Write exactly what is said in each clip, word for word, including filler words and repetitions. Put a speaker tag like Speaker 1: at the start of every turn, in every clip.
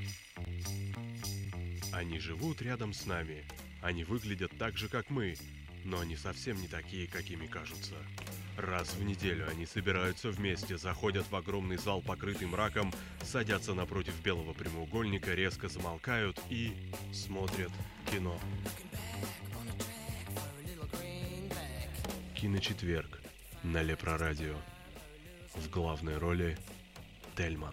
Speaker 1: Они живут рядом с нами. Они выглядят так же, как мы, но они совсем не такие, какими кажутся. Раз в неделю они собираются вместе, заходят в огромный зал, покрытый мраком, садятся напротив белого прямоугольника, резко замолкают и смотрят кино. Киночетверг на Лепрорадио. В главной роли Тельман.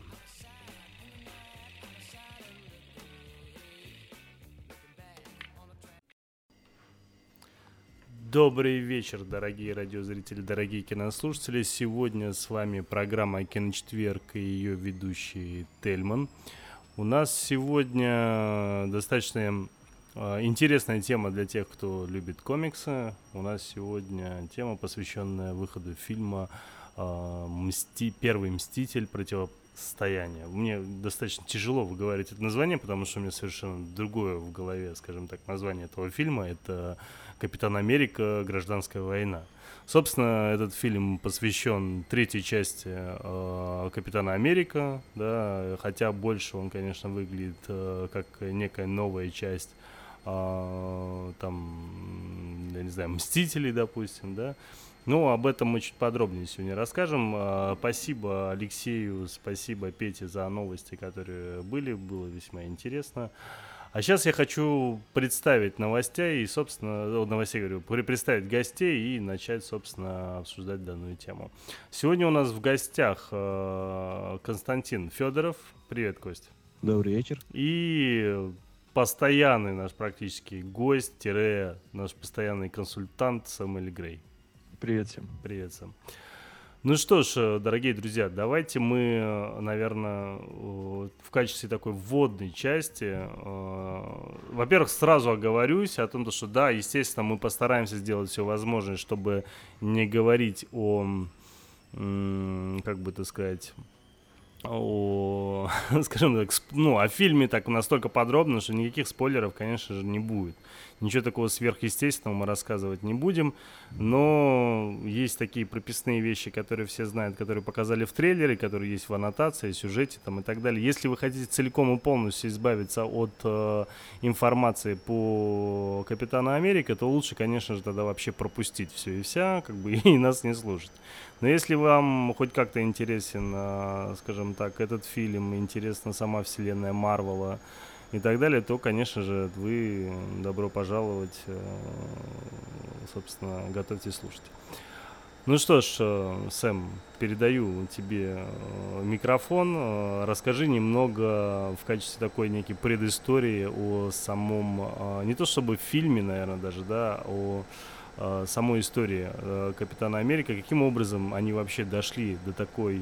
Speaker 2: Добрый вечер, дорогие радиозрители, дорогие кинослушатели. Сегодня с вами программа «Киночетверг» и ее ведущий Тельман. У нас сегодня достаточно э, интересная тема для тех, кто любит комиксы. У нас сегодня тема, посвященная выходу фильма э, Мсти... «Первый мститель. Противостояние». Мне достаточно тяжело выговаривать это название, потому что у меня совершенно другое в голове, скажем так, название этого фильма. Это «Капитан Америка. Гражданская война». Собственно, этот фильм посвящен третьей части э, Капитана Америка, да, хотя больше он, конечно, выглядит э, как некая новая часть э, там, я не знаю, Мстителей, допустим, да. Ну, об этом мы чуть подробнее сегодня расскажем. Э, спасибо Алексею, спасибо Пете за новости, которые были, было весьма интересно. А сейчас я хочу представить новостей и, собственно, новостей, говорю, представить гостей и начать, собственно, обсуждать данную тему. Сегодня у нас в гостях э, Константин Федоров. Привет, Кость.
Speaker 3: Добрый вечер.
Speaker 2: И постоянный наш практически гость, тире, наш постоянный консультант Сэмюэль Грей.
Speaker 3: Привет всем.
Speaker 2: Привет, Сэм. Ну что ж, дорогие друзья, давайте мы, наверное, в качестве такой вводной части, во-первых, сразу оговорюсь о том, что да, естественно, мы постараемся сделать все возможное, чтобы не говорить о, как бы это сказать, о, скажем так, ну, о фильме так настолько подробно, что никаких спойлеров, конечно же, не будет. Ничего такого сверхъестественного мы рассказывать не будем, но есть такие прописные вещи, которые все знают, которые показали в трейлере, которые есть в аннотации, сюжете там, и так далее. Если вы хотите целиком и полностью избавиться от э, информации по Капитану Америка, то лучше, конечно же, тогда вообще пропустить все и вся, как бы, и нас не слушать. Но если вам хоть как-то интересен, э, скажем так, этот фильм, интересна сама вселенная Марвела и так далее, то, конечно же, вы добро пожаловать, собственно, готовьтесь слушать. Ну что ж, Сэм, передаю тебе микрофон. Расскажи немного в качестве такой некой предыстории о самом, не то чтобы фильме, наверное, даже, да, о самой истории Капитана Америка. Каким образом они вообще дошли до такой...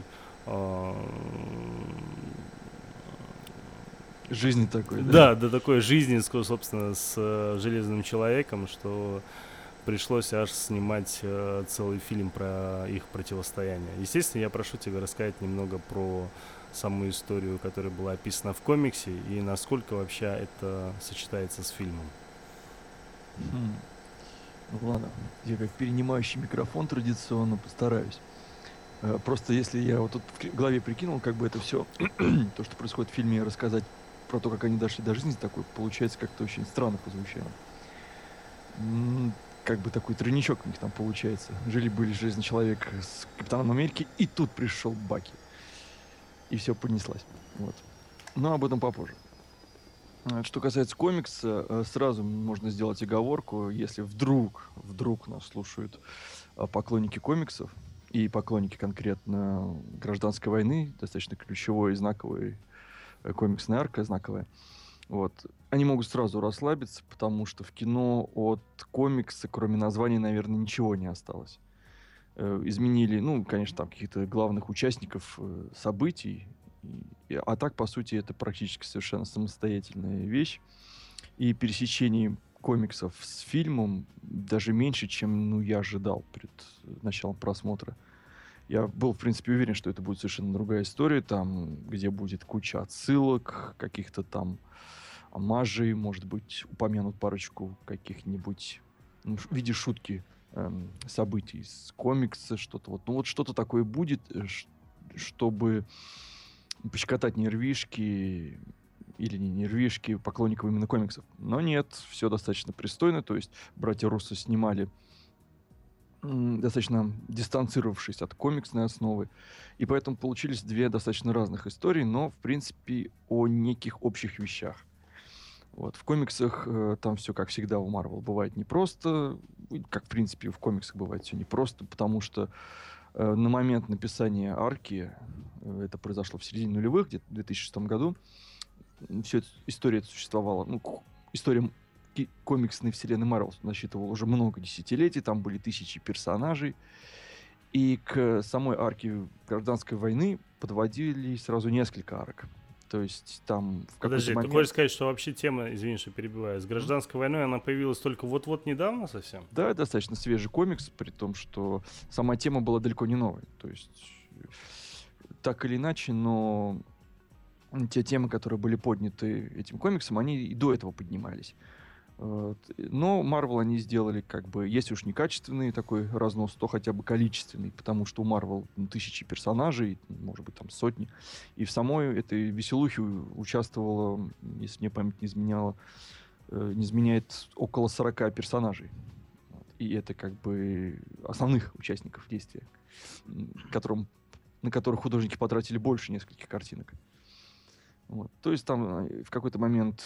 Speaker 3: Жизни такой, да?
Speaker 2: Да, до такой жизни, собственно, с э, Железным Человеком, что пришлось аж снимать э, целый фильм про их противостояние. Естественно, я прошу тебя рассказать немного про саму историю, которая была описана в комиксе, и насколько вообще это сочетается с фильмом.
Speaker 3: Хм. Ну ладно, я как перенимающий микрофон традиционно постараюсь. Э, просто если я вот тут в голове прикинул, как бы это все, то, что происходит в фильме, рассказать про то, как они дошли до жизни такой, получается как-то очень странно прозвучало. М, Как бы такой тройничок у них там получается. Жили-были Железный Человек с Капитаном Америки, и тут пришел Баки. И все понеслась. Вот. Но об этом попозже. А Что касается комикса, э, сразу можно сделать оговорку, если вдруг, вдруг нас слушают а, поклонники комиксов и поклонники конкретно Гражданской войны, достаточно ключевой и знаковый э, комиксная арка, знаковая. Вот. Они могут сразу расслабиться, потому что в кино от комикса, кроме названия, наверное, ничего не осталось. Э, Изменили, ну, конечно, там каких-то главных участников э, событий, и- а так, по сути, это практически совершенно самостоятельная вещь. И пересечений комиксов с фильмом даже меньше, чем, ну, я ожидал перед э, началом просмотра. Я был, в принципе, уверен, что это будет совершенно другая история, там, где будет куча отсылок, каких-то там омажей, может быть, упомянут парочку каких-нибудь, ну, в виде шутки эм, событий из комикса, что-то вот. Ну, вот что-то такое будет, э, ш- чтобы пощекотать нервишки или не нервишки поклонников именно комиксов. Но нет, все достаточно пристойно, то есть братья Руссо снимали достаточно дистанцировавшись от комиксной основы. И поэтому получились две достаточно разных истории, но, в принципе, о неких общих вещах. Вот. В комиксах э, там все, как всегда, у Marvel бывает непросто. Как, в принципе, в комиксах бывает все непросто, потому что э, на момент написания арки, э, это произошло в середине нулевых, где-то в две тысячи шестом году, все эта история существовала. Ну, история комиксной вселенной Marvel насчитывала уже много десятилетий, там были тысячи персонажей. И к самой арке Гражданской войны подводили сразу несколько арок. То есть там в какой-то
Speaker 2: Подожди,
Speaker 3: момент...
Speaker 2: ты хочешь сказать, что вообще тема, извини, что перебиваю, с Гражданской войной она появилась только вот-вот недавно совсем?
Speaker 3: Да, достаточно свежий комикс, при том, что сама тема была далеко не новой. То есть так или иначе, но те темы, которые были подняты этим комиксом, они и до этого поднимались. Вот. Но Marvel они сделали, как бы, если уж не качественный такой разнос, то хотя бы количественный, потому что у Marvel ну, тысячи персонажей, может быть, там сотни. И в самой этой веселухе участвовало, если мне память не изменяла, э, не изменяет около сорока персонажей. Вот. И это как бы основных участников действия, которым, на которых художники потратили больше нескольких картинок. Вот. То есть там в какой-то момент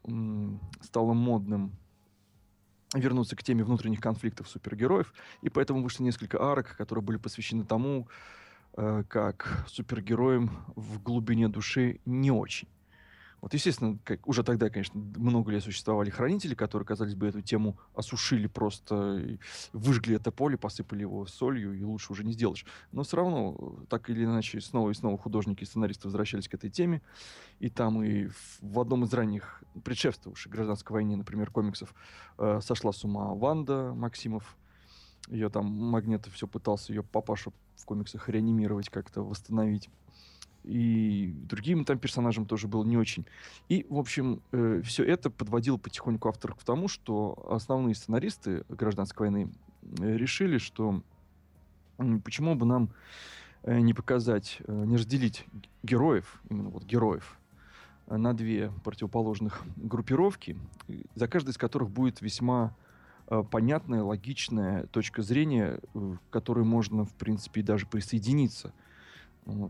Speaker 3: стало модным вернуться к теме внутренних конфликтов супергероев, и поэтому вышло несколько арок, которые были посвящены тому, э, как супергероям в глубине души не очень. Вот, естественно, как, уже тогда, конечно, много лет существовали хранители, которые, казалось бы, эту тему осушили просто, выжгли это поле, посыпали его солью, и лучше уже не сделаешь. Но все равно, так или иначе, снова и снова художники и сценаристы возвращались к этой теме. И там и в, в одном из ранних, предшествовавших Гражданской войне, например, комиксов, э, сошла с ума Ванда Максимов. Ее там Магнето все пытался, ее папаша в комиксах реанимировать, как-то восстановить. И другим там персонажам тоже было не очень. И, в общем, э, все это подводило потихоньку авторов к тому, что основные сценаристы Гражданской войны э, решили, что э, почему бы нам э, не показать, э, не разделить героев, именно вот героев, э, на две противоположных группировки, за каждой из которых будет весьма э, понятная, логичная точка зрения, э, к которой можно, в принципе, и даже присоединиться. Вот.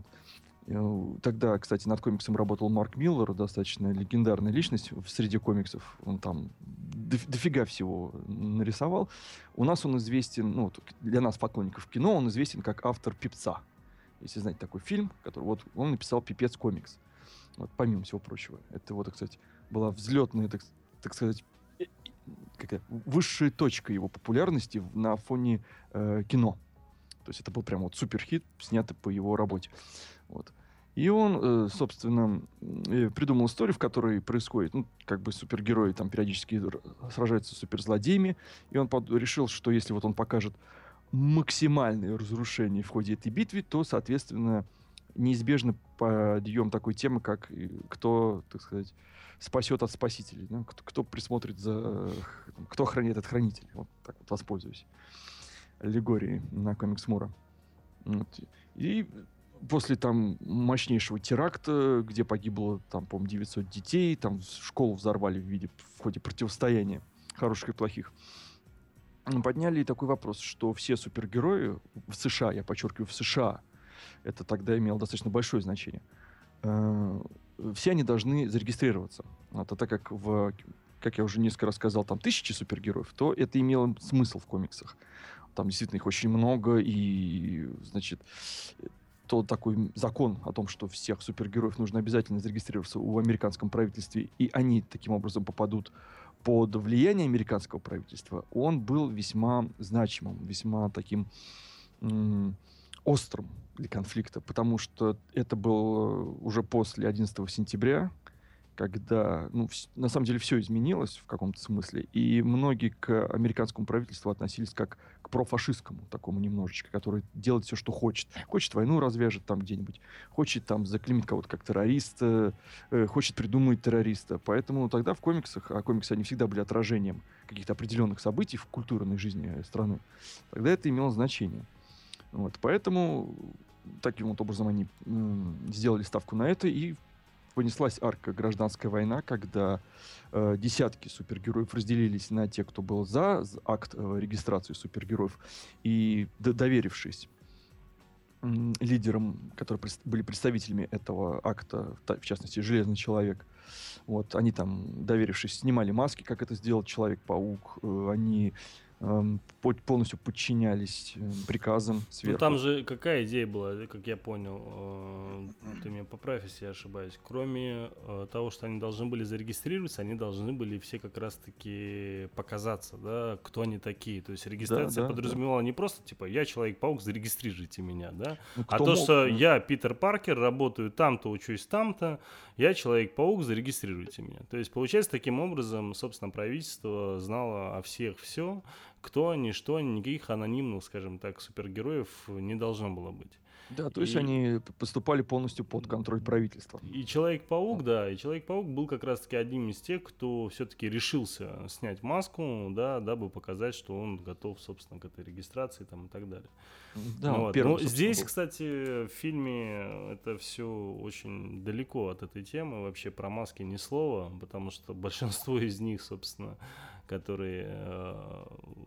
Speaker 3: Тогда, кстати, над комиксом работал Марк Миллер, достаточно легендарная личность в среде комиксов. Он там дофига всего нарисовал. У нас он известен, ну, для нас, поклонников кино, он известен как автор «Пипца». Если знаете такой фильм, который вот он написал «Пипец комикс». Вот, помимо всего прочего. Это вот, кстати, была взлетная, так, так сказать, какая, высшая точка его популярности на фоне э, кино. То есть это был прям вот суперхит, снятый по его работе. Вот. И он, э, собственно, э, придумал историю, в которой происходит, ну, как бы супергерои там периодически сражаются с суперзлодеями, и он под- решил, что если вот он покажет максимальное разрушение в ходе этой битвы, то, соответственно, неизбежно подъем такой темы, как кто, так сказать, спасет от спасителей, ну, кто, кто присмотрит за... кто охраняет от хранителей. Вот так вот воспользуюсь аллегорией на комикс Мура. Вот. И после там мощнейшего теракта, где погибло, там, по-моему, девятьсот детей, там школу взорвали в виде, в ходе противостояния хороших и плохих, подняли такой вопрос, что все супергерои в США, я подчеркиваю, в США, это тогда имело достаточно большое значение, э, все они должны зарегистрироваться. Вот, а так как, в, как я уже несколько раз сказал, там тысячи супергероев, то это имело смысл в комиксах. Там действительно их очень много, и, значит, то такой закон о том, что всех супергероев нужно обязательно зарегистрироваться в американском правительстве, и они таким образом попадут под влияние американского правительства, он был весьма значимым, весьма таким м- острым для конфликта, потому что это было уже после одиннадцатого сентября, когда, ну, вс- на самом деле все изменилось в каком-то смысле, и многие к американскому правительству относились как к профашистскому такому немножечко, который делает все, что хочет. Хочет войну развяжет там где-нибудь, хочет там заклеймить кого-то как террориста, э, хочет придумать террориста. Поэтому тогда в комиксах, а комиксы они всегда были отражением каких-то определенных событий в культурной жизни страны, тогда это имело значение. Вот, поэтому таким вот образом они м- сделали ставку на это, и понеслась арка «Гражданская война», когда э, десятки супергероев разделились на тех, кто был за акт э, регистрации супергероев, и д- доверившись м, лидерам, которые пред- были представителями этого акта, в частности, Железный человек, вот, они там, доверившись, снимали маски, как это сделал Человек-паук, э, они эм, по- полностью подчинялись э, приказам сверху.
Speaker 2: Ну там же какая идея была, как я понял, э, ты меня поправь, если я ошибаюсь. Кроме э, того, что они должны были зарегистрироваться, они должны были все как раз-таки показаться, да, кто они такие. То есть регистрация
Speaker 3: Да, да,
Speaker 2: подразумевала не просто типа я Человек-паук, зарегистрируйте меня, да,
Speaker 3: Ну,
Speaker 2: а
Speaker 3: кто
Speaker 2: то,
Speaker 3: мог,
Speaker 2: что
Speaker 3: да.
Speaker 2: я Питер Паркер, работаю там-то, учусь там-то, я Человек-паук, зарегистрируйте меня. То есть получается таким образом, собственно, правительство знало о всех все. Кто они, что они, никаких анонимных, скажем так, супергероев не должно было быть.
Speaker 3: Да, то
Speaker 2: И,
Speaker 3: есть они п- поступали полностью под контроль правительства.
Speaker 2: и Человек-паук, да, и Человек-паук был как раз-таки одним из тех, кто все-таки решился снять маску, да, дабы показать, что он готов, собственно, к этой регистрации там, и так далее.
Speaker 3: Да,
Speaker 2: Ну
Speaker 3: он
Speaker 2: вот.
Speaker 3: первым,
Speaker 2: Но
Speaker 3: собственно,
Speaker 2: здесь,
Speaker 3: был.
Speaker 2: кстати, в фильме это все очень далеко от этой темы. Вообще про маски ни слова, потому что большинство из них, собственно, которые э,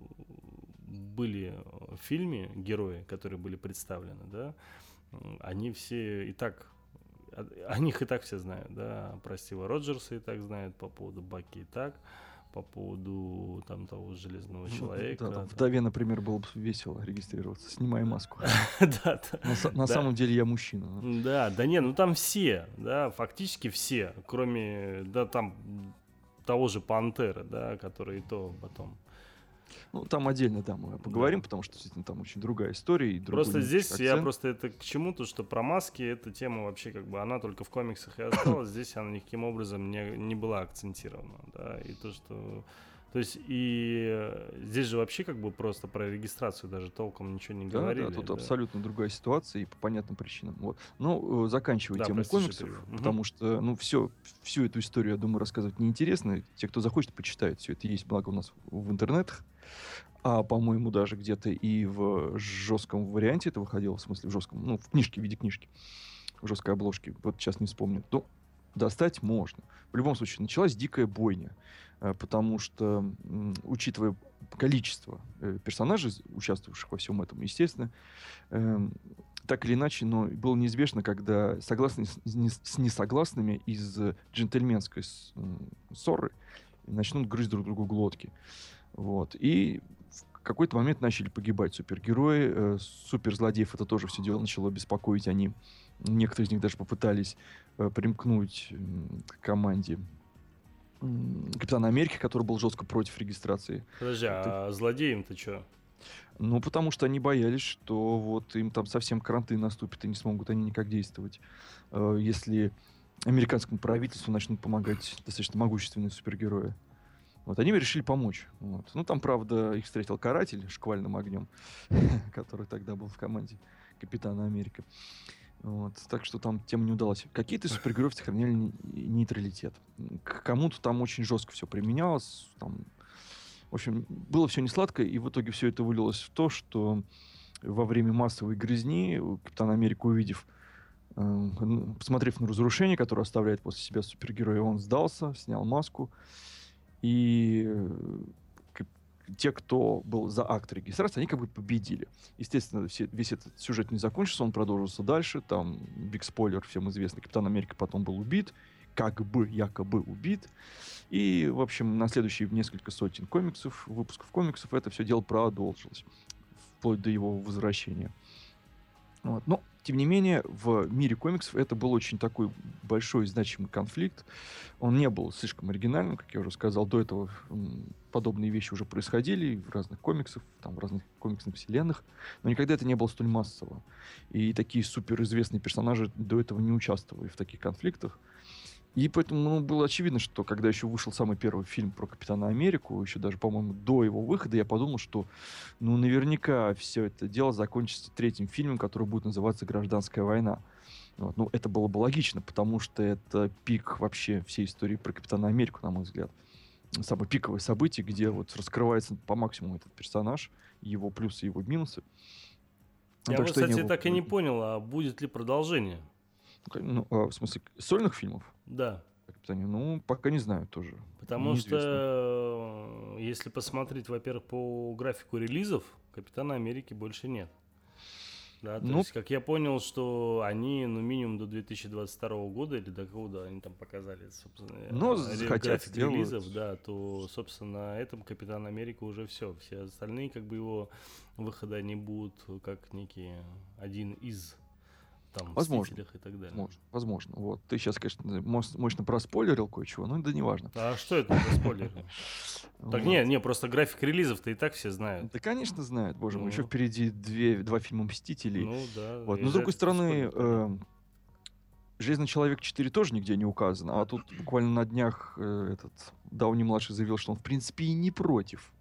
Speaker 2: были в фильме, герои, которые были представлены, да, они все и так, о, о них и так все знают, да, про Стива Роджерса и так знают, по поводу Баки и так, по поводу там того Железного
Speaker 3: Ну,
Speaker 2: человека.
Speaker 3: да, там
Speaker 2: там.
Speaker 3: вдове, например, было бы весело регистрироваться, снимая маску.
Speaker 2: Да,
Speaker 3: На, са- на
Speaker 2: да.
Speaker 3: самом деле я мужчина.
Speaker 2: Да, да не, ну там все, да, фактически все, кроме, да, там того же Пантера, да, который и то потом.
Speaker 3: Ну, там отдельно, да, мы поговорим,
Speaker 2: Да.
Speaker 3: потому что действительно там очень другая история и другой
Speaker 2: Просто
Speaker 3: немножечко
Speaker 2: здесь я
Speaker 3: акцент.
Speaker 2: просто это к чему-то, что про маски эта тема вообще как бы она только в комиксах и осталась, здесь она никаким образом не, не была акцентирована, да, и то, что... То есть и э, здесь же вообще как бы просто про регистрацию даже толком ничего не
Speaker 3: Да,
Speaker 2: говорили.
Speaker 3: да, тут
Speaker 2: да.
Speaker 3: абсолютно другая ситуация и по понятным причинам. Вот. Ну, э, заканчивая
Speaker 2: Да,
Speaker 3: тему
Speaker 2: прости, что
Speaker 3: комиксов,
Speaker 2: перебил. Мгм.
Speaker 3: потому что, ну, все, всю эту историю, я думаю, рассказывать неинтересно. Те, кто захочет, почитают. Все это есть, благо, у нас в интернетах. А, по-моему, даже где-то и в жестком варианте это выходило, в смысле в жестком, ну, в книжке, в виде книжки, в жесткой обложке. Вот сейчас не вспомню. Ну, достать можно. В любом случае, началась дикая бойня, э, потому что, м, учитывая количество э, персонажей, участвовавших во всем этом, естественно, эм, так или иначе, но было неизбежно, когда согласные с, не- с несогласными из э, джентльменской с- м, ссоры начнут грызть друг другу глотки. Вот. И в какой-то момент начали погибать супергерои. Э, суперзлодеев это тоже все дело начало беспокоить. Они, некоторые из них даже попытались э, примкнуть м, к команде м, Капитана Америки, который был жестко против регистрации.
Speaker 2: Подожди,
Speaker 3: Это-
Speaker 2: а злодеям-то что?
Speaker 3: Ну, потому что они боялись, что вот им там совсем карантин наступит, и не смогут они никак действовать. Э, если американскому правительству начнут помогать достаточно могущественные супергерои. Вот, они решили помочь. Вот. Ну, там, правда, их встретил каратель шквальным огнем, который тогда был в команде Капитана Америка. Вот. Так что там тема не удалась. Какие-то супергерои сохраняли не- нейтралитет. К кому-то там очень жестко все применялось. Там, в общем, было все несладко, и в итоге все это вылилось в то, что во время массовой грызни Капитан Америка, увидев, э, н- посмотрев на разрушение, которое оставляет после себя супергерой, он сдался, снял маску. И э, к- те, кто был за акт регистрации, они как бы победили. Естественно, все- весь этот сюжет не закончился, он продолжился дальше. Там, биг спойлер, всем известный, Капитан Америка потом был убит, как бы, якобы убит. И, в общем, на следующие несколько сотен комиксов, выпусков комиксов, это все дело продолжилось. Вплоть до его возвращения. Вот. Но, тем не менее, в мире комиксов это был очень такой большой значимый конфликт. Он не был слишком оригинальным, как я уже сказал. До этого м, подобные вещи уже происходили в разных комиксах, там, в разных комиксных вселенных, но никогда это не было столь массово. И такие суперизвестные персонажи до этого не участвовали в таких конфликтах. И поэтому, ну, было очевидно, что когда еще вышел самый первый фильм про Капитана Америку, еще даже, по-моему, до его выхода, я подумал, что, ну, наверняка все это дело закончится третьим фильмом, который будет называться «Гражданская война». Вот. Ну, это было бы логично, потому что это пик вообще всей истории про Капитана Америку, на мой взгляд. Самое пиковое событие, где вот раскрывается по максимуму этот персонаж, его плюсы, его минусы. Ну,
Speaker 2: Я
Speaker 3: так
Speaker 2: вот,
Speaker 3: что я
Speaker 2: кстати,
Speaker 3: не
Speaker 2: так и
Speaker 3: был-
Speaker 2: не понял, а будет ли продолжение?
Speaker 3: Ну, а, в смысле, сольных фильмов?
Speaker 2: Да.
Speaker 3: Ну, пока не знаю тоже.
Speaker 2: Потому
Speaker 3: Неизвестно.
Speaker 2: что, если посмотреть, во-первых, по графику релизов, Капитана Америки больше нет. Да, то
Speaker 3: Ну,
Speaker 2: есть, как я понял, что они, ну, минимум до две тысячи двадцать второго года, или до куда они там показали, собственно,
Speaker 3: Но
Speaker 2: э,
Speaker 3: захотят,
Speaker 2: график
Speaker 3: сделают.
Speaker 2: релизов, да, то, собственно, на этом Капитан Америка уже все. Все остальные, как бы, его выхода, они будут как некий один из, там,
Speaker 3: Возможно.
Speaker 2: Мстителях и так далее.
Speaker 3: Возможно, возможно. Вот. Ты сейчас, конечно, мощ- мощно проспойлерил кое-чего, но да неважно.
Speaker 2: А что это за спойлеры? Так
Speaker 3: Вот.
Speaker 2: не, не, просто график релизов-то и так все знают.
Speaker 3: Да, конечно, знают. Боже мой,
Speaker 2: Ну.
Speaker 3: еще впереди две, два фильма «Мстителей».
Speaker 2: Ну, да.
Speaker 3: Вот.
Speaker 2: и
Speaker 3: Но, с
Speaker 2: за
Speaker 3: другой
Speaker 2: это
Speaker 3: стороны,
Speaker 2: спойлер, понятно.
Speaker 3: э, «Железный человек четыре» тоже нигде не указано. А тут буквально на днях э, этот Дауни-младший заявил, что он, в принципе, и не против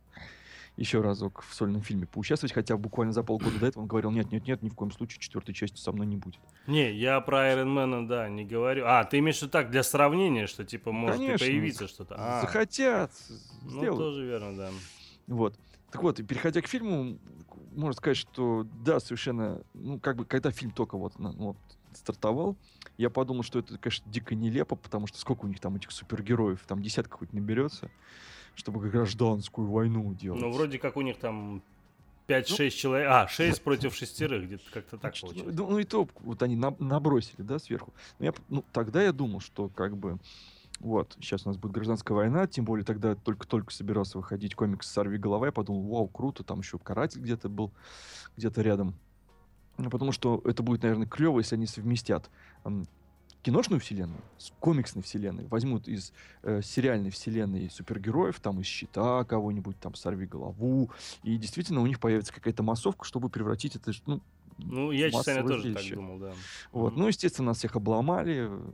Speaker 3: еще разок в сольном фильме поучаствовать, хотя буквально за полгода до этого он говорил, нет-нет-нет, ни в коем случае четвертой части со мной не будет.
Speaker 2: Не, я про Айронмена, да, не говорю. А, ты имеешь в виду так, для сравнения, что, типа, может
Speaker 3: Конечно,
Speaker 2: и появиться что-то? А,
Speaker 3: захотят,
Speaker 2: ну,
Speaker 3: сделают.
Speaker 2: тоже верно, да.
Speaker 3: Вот. Так вот, и переходя к фильму, можно сказать, что да, совершенно, ну, как бы, когда фильм только вот, ну, вот стартовал, я подумал, что это, конечно, дико нелепо, потому что сколько у них там этих супергероев, там десятка хоть наберется, чтобы гражданскую войну делать.
Speaker 2: Ну, вроде как у них там пять-шесть
Speaker 3: Ну,
Speaker 2: человек. А, шесть против шестерых, где-то как-то так
Speaker 3: Значит,
Speaker 2: получилось.
Speaker 3: ну, ну и то, вот они на- набросили, да, сверху. Но я, ну, тогда я думал, что как бы вот, сейчас у нас будет гражданская война, тем более тогда только-только собирался выходить комикс «Сорви голова», я подумал, вау, круто, там еще «Каратель» где-то был, где-то рядом. Ну, потому что это будет, наверное, клево, если они совместят м, киношную вселенную с комиксной вселенной, возьмут из э, сериальной вселенной супергероев, там из «Щита» кого-нибудь, там «Сорви голову», и действительно у них появится какая-то массовка, чтобы превратить это, ну,
Speaker 2: Ну, я,
Speaker 3: в
Speaker 2: честно говоря,
Speaker 3: массовое
Speaker 2: тоже так
Speaker 3: зрелище.
Speaker 2: думал, да.
Speaker 3: Вот.
Speaker 2: Мгм.
Speaker 3: Ну, естественно, нас всех обломали, э,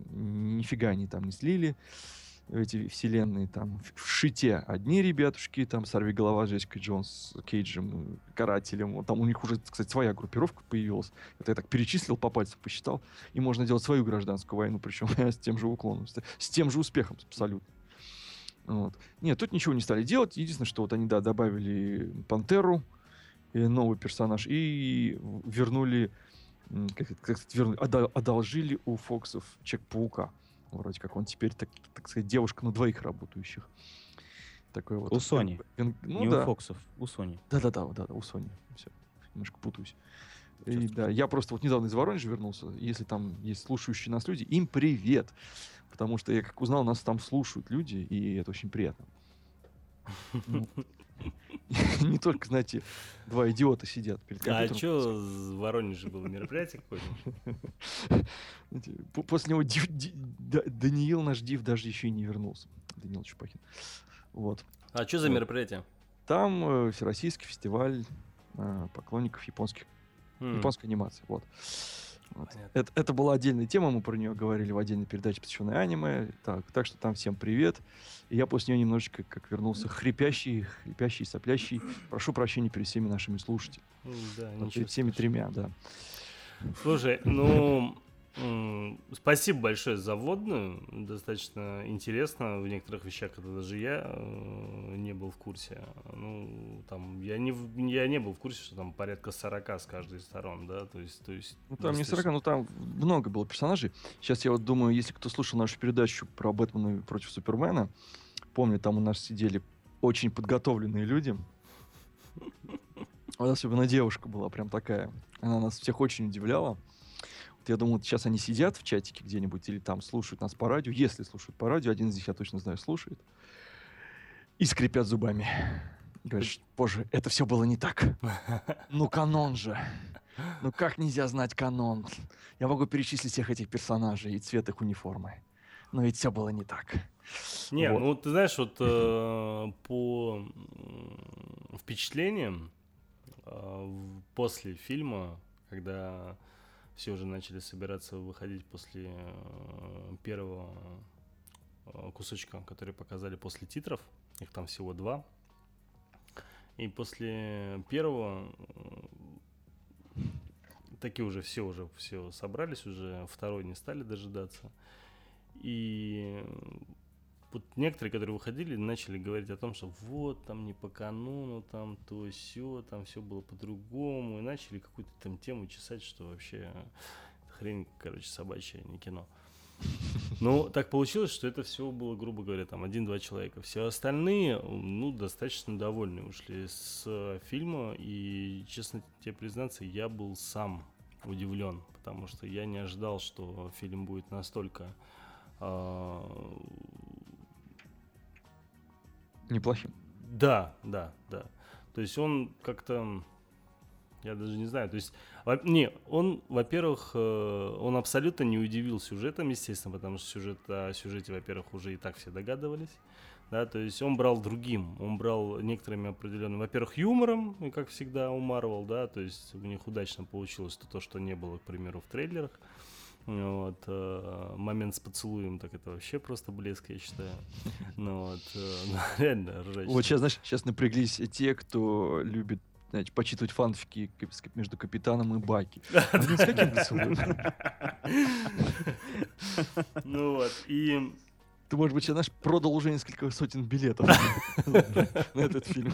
Speaker 3: нифига они там не слили, эти вселенные, там, в в «Щите» одни ребятушки, там, «Сорви голова» с Джессикой Джонс, Кейджем, э, Карателем, вот там у них уже, кстати, своя группировка появилась, это я так перечислил, по пальцам посчитал, и можно делать свою гражданскую войну, причем с тем же уклоном, с, с тем же успехом, абсолютно. Вот. Нет, тут ничего не стали делать, единственное, что вот они, да, добавили Пантеру, э, новый персонаж, и в- вернули м, как, это- как сказать, вернули, ода- одолжили у Фоксов Человек-паука. Вроде как он теперь, так, так сказать, девушка на двоих работающих. Такой вот.
Speaker 4: У Sony.
Speaker 3: вен- Ну
Speaker 4: Не у
Speaker 3: да.
Speaker 4: Фоксов, у Sony.
Speaker 3: Да-да-да, да, да, у Sony. Все. Немножко путаюсь. И,
Speaker 4: Ничего
Speaker 3: да, я просто вот недавно из Воронежа вернулся. Если там есть слушающие нас люди, им привет. Потому что я как узнал, нас там слушают люди, и это очень приятно. Ну, Не только, знаете, два идиота сидят перед
Speaker 2: А
Speaker 3: компьютером.
Speaker 2: что в Воронеже было мероприятие какое-то?
Speaker 3: Знаете, по- После него Див- Ди- Да- Даниил, наш Див, даже еще и не вернулся. Даниил Чупахин. Вот.
Speaker 2: А что за
Speaker 3: Вот.
Speaker 2: мероприятие?
Speaker 3: Там э, Всероссийский фестиваль э, поклонников японских,
Speaker 2: М,
Speaker 3: японской анимации. Вот. Вот.
Speaker 2: Понятно.
Speaker 3: Это, это была отдельная тема, мы про нее говорили в отдельной передаче, посвященной аниме. Так, так что там всем привет. И я после нее немножечко как вернулся хрипящий, хрипящий, соплящий. Прошу прощения перед всеми нашими слушателями.
Speaker 2: М, Да,
Speaker 3: Вот
Speaker 2: ничего
Speaker 3: перед всеми
Speaker 2: страшного.
Speaker 3: тремя, да.
Speaker 2: Слушай, ну, м, спасибо большое за вводную. Достаточно интересно. В некоторых вещах это даже я э, не был в курсе. Ну, там, я не, в- я не был в курсе, что там порядка сорока с каждой из сторон, да, то есть, то есть...
Speaker 3: Ну, там не сорок,
Speaker 2: достаточно-
Speaker 3: но там много было персонажей. Сейчас я вот думаю, если кто слушал нашу передачу про Бэтмена против Супермена, помню, там у нас сидели очень подготовленные люди. Вот особенно девушка была прям такая. Она нас всех очень удивляла. Вот я думаю, вот сейчас они сидят в чатике где-нибудь или там слушают нас по радио. Если слушают по радио, один из них, я точно знаю, слушает. И скрипят зубами. Говорят, что, боже, это все было не так. Ну, канон же. Ну, как нельзя знать канон? Я могу перечислить всех этих персонажей и цвет их униформы. Но ведь все было не так.
Speaker 2: Не,
Speaker 3: Вот.
Speaker 2: ну ты знаешь, вот э, по м, впечатлениям э, в- после фильма, когда все уже начали собираться выходить после э, первого э, кусочка, который показали после титров, их там всего два, и после первого э, такие уже все уже все собрались, уже второй не стали дожидаться. И вот некоторые, которые выходили, начали говорить о том, что вот, там не по канону, там то сё, там все было по-другому, и начали какую-то там тему чесать, что вообще хрень, короче, собачья, не кино. Ну, так получилось, что это всего было, грубо говоря, там один-два человека. Все остальные, ну, достаточно довольны ушли с фильма. И, честно тебе признаться, я был сам удивлен, потому что я не ожидал, что фильм будет настолько... Э...
Speaker 3: Неплохим.
Speaker 2: Да, да, да. То есть он как-то... Я даже не знаю, то есть, во- не, он, во-первых, э, он абсолютно не удивил сюжетом, естественно, потому что сюжет, о сюжете, во-первых, уже и так все догадывались, да, то есть он брал другим, он брал некоторыми определенными, во-первых, юмором, и как всегда у Marvel, да, то есть у них удачно получилось то, то, что не было, к примеру, в трейлерах. Вот, э, момент с поцелуем, так это вообще просто блеск, я считаю. Ну вот, э, реально ржач.
Speaker 3: Вот сейчас, знаешь, сейчас напряглись те, кто любит, знаете, почитывать фанфики кап- с- между Капитаном и Баки. Они с каким поцелуем?
Speaker 2: Ну вот, и...
Speaker 3: Ты, может быть, сейчас, знаешь, продал уже несколько сотен билетов на этот фильм.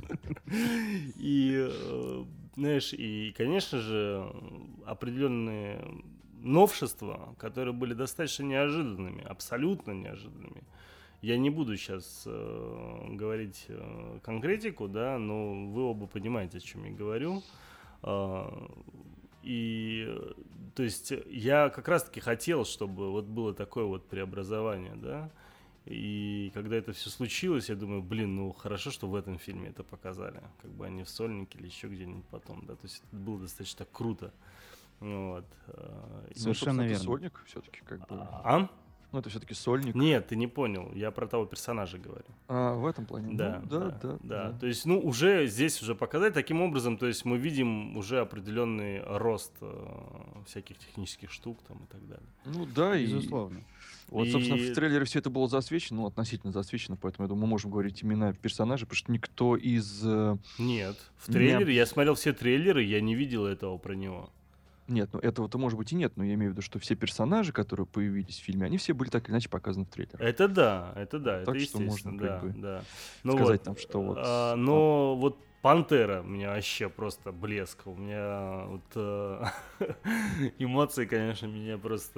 Speaker 2: И, э, знаешь, и, конечно же, определенные новшества, которые были достаточно неожиданными, абсолютно неожиданными. Я не буду сейчас э, говорить э, конкретику, да, но вы оба понимаете, о чем я говорю. Э, и, э, то есть, я как раз-таки хотел, чтобы вот было такое вот преобразование, да. И когда это все случилось, я думаю, блин, ну хорошо, что в этом фильме это показали. Как бы они в Сольнике или еще где-нибудь потом, да. То есть это было достаточно круто. Вот. э, и-
Speaker 3: Ну,
Speaker 4: Совершенно
Speaker 3: собственно, это
Speaker 4: верно.
Speaker 3: сольник все-таки, как бы.
Speaker 2: А?
Speaker 3: Ну, это все-таки сольник.
Speaker 2: Нет, ты не понял. Я про того персонажа говорю.
Speaker 3: А, в этом плане.
Speaker 2: Да,
Speaker 3: Ну,
Speaker 2: да,
Speaker 3: да, да,
Speaker 2: да.
Speaker 3: да.
Speaker 2: То есть, ну, уже здесь уже показать таким образом, то есть мы видим уже определенный рост э, всяких технических штук там и так далее.
Speaker 3: Ну да, и
Speaker 4: Безусловно.
Speaker 3: вот, собственно,
Speaker 2: И-
Speaker 3: в трейлере все это было засвечено, ну, относительно засвечено, поэтому я думаю, мы можем говорить имена персонажей, потому что никто из... э,
Speaker 2: Нет, в
Speaker 3: Нет.
Speaker 2: трейлере, я смотрел все трейлеры, я не видел этого про него.
Speaker 3: Нет, ну этого-то может быть и нет, но я имею в виду, что все персонажи, которые появились в фильме, они все были так или иначе показаны в трейлерах.
Speaker 2: Это да, это да,
Speaker 3: Так
Speaker 2: это
Speaker 3: что
Speaker 2: естественно,
Speaker 3: можно как
Speaker 2: да,
Speaker 3: бы
Speaker 2: да.
Speaker 3: сказать
Speaker 2: вот,
Speaker 3: нам, что вот,
Speaker 2: а, но вот Пантера у меня вообще просто блеск. У меня вот э, эмоции, конечно, меня просто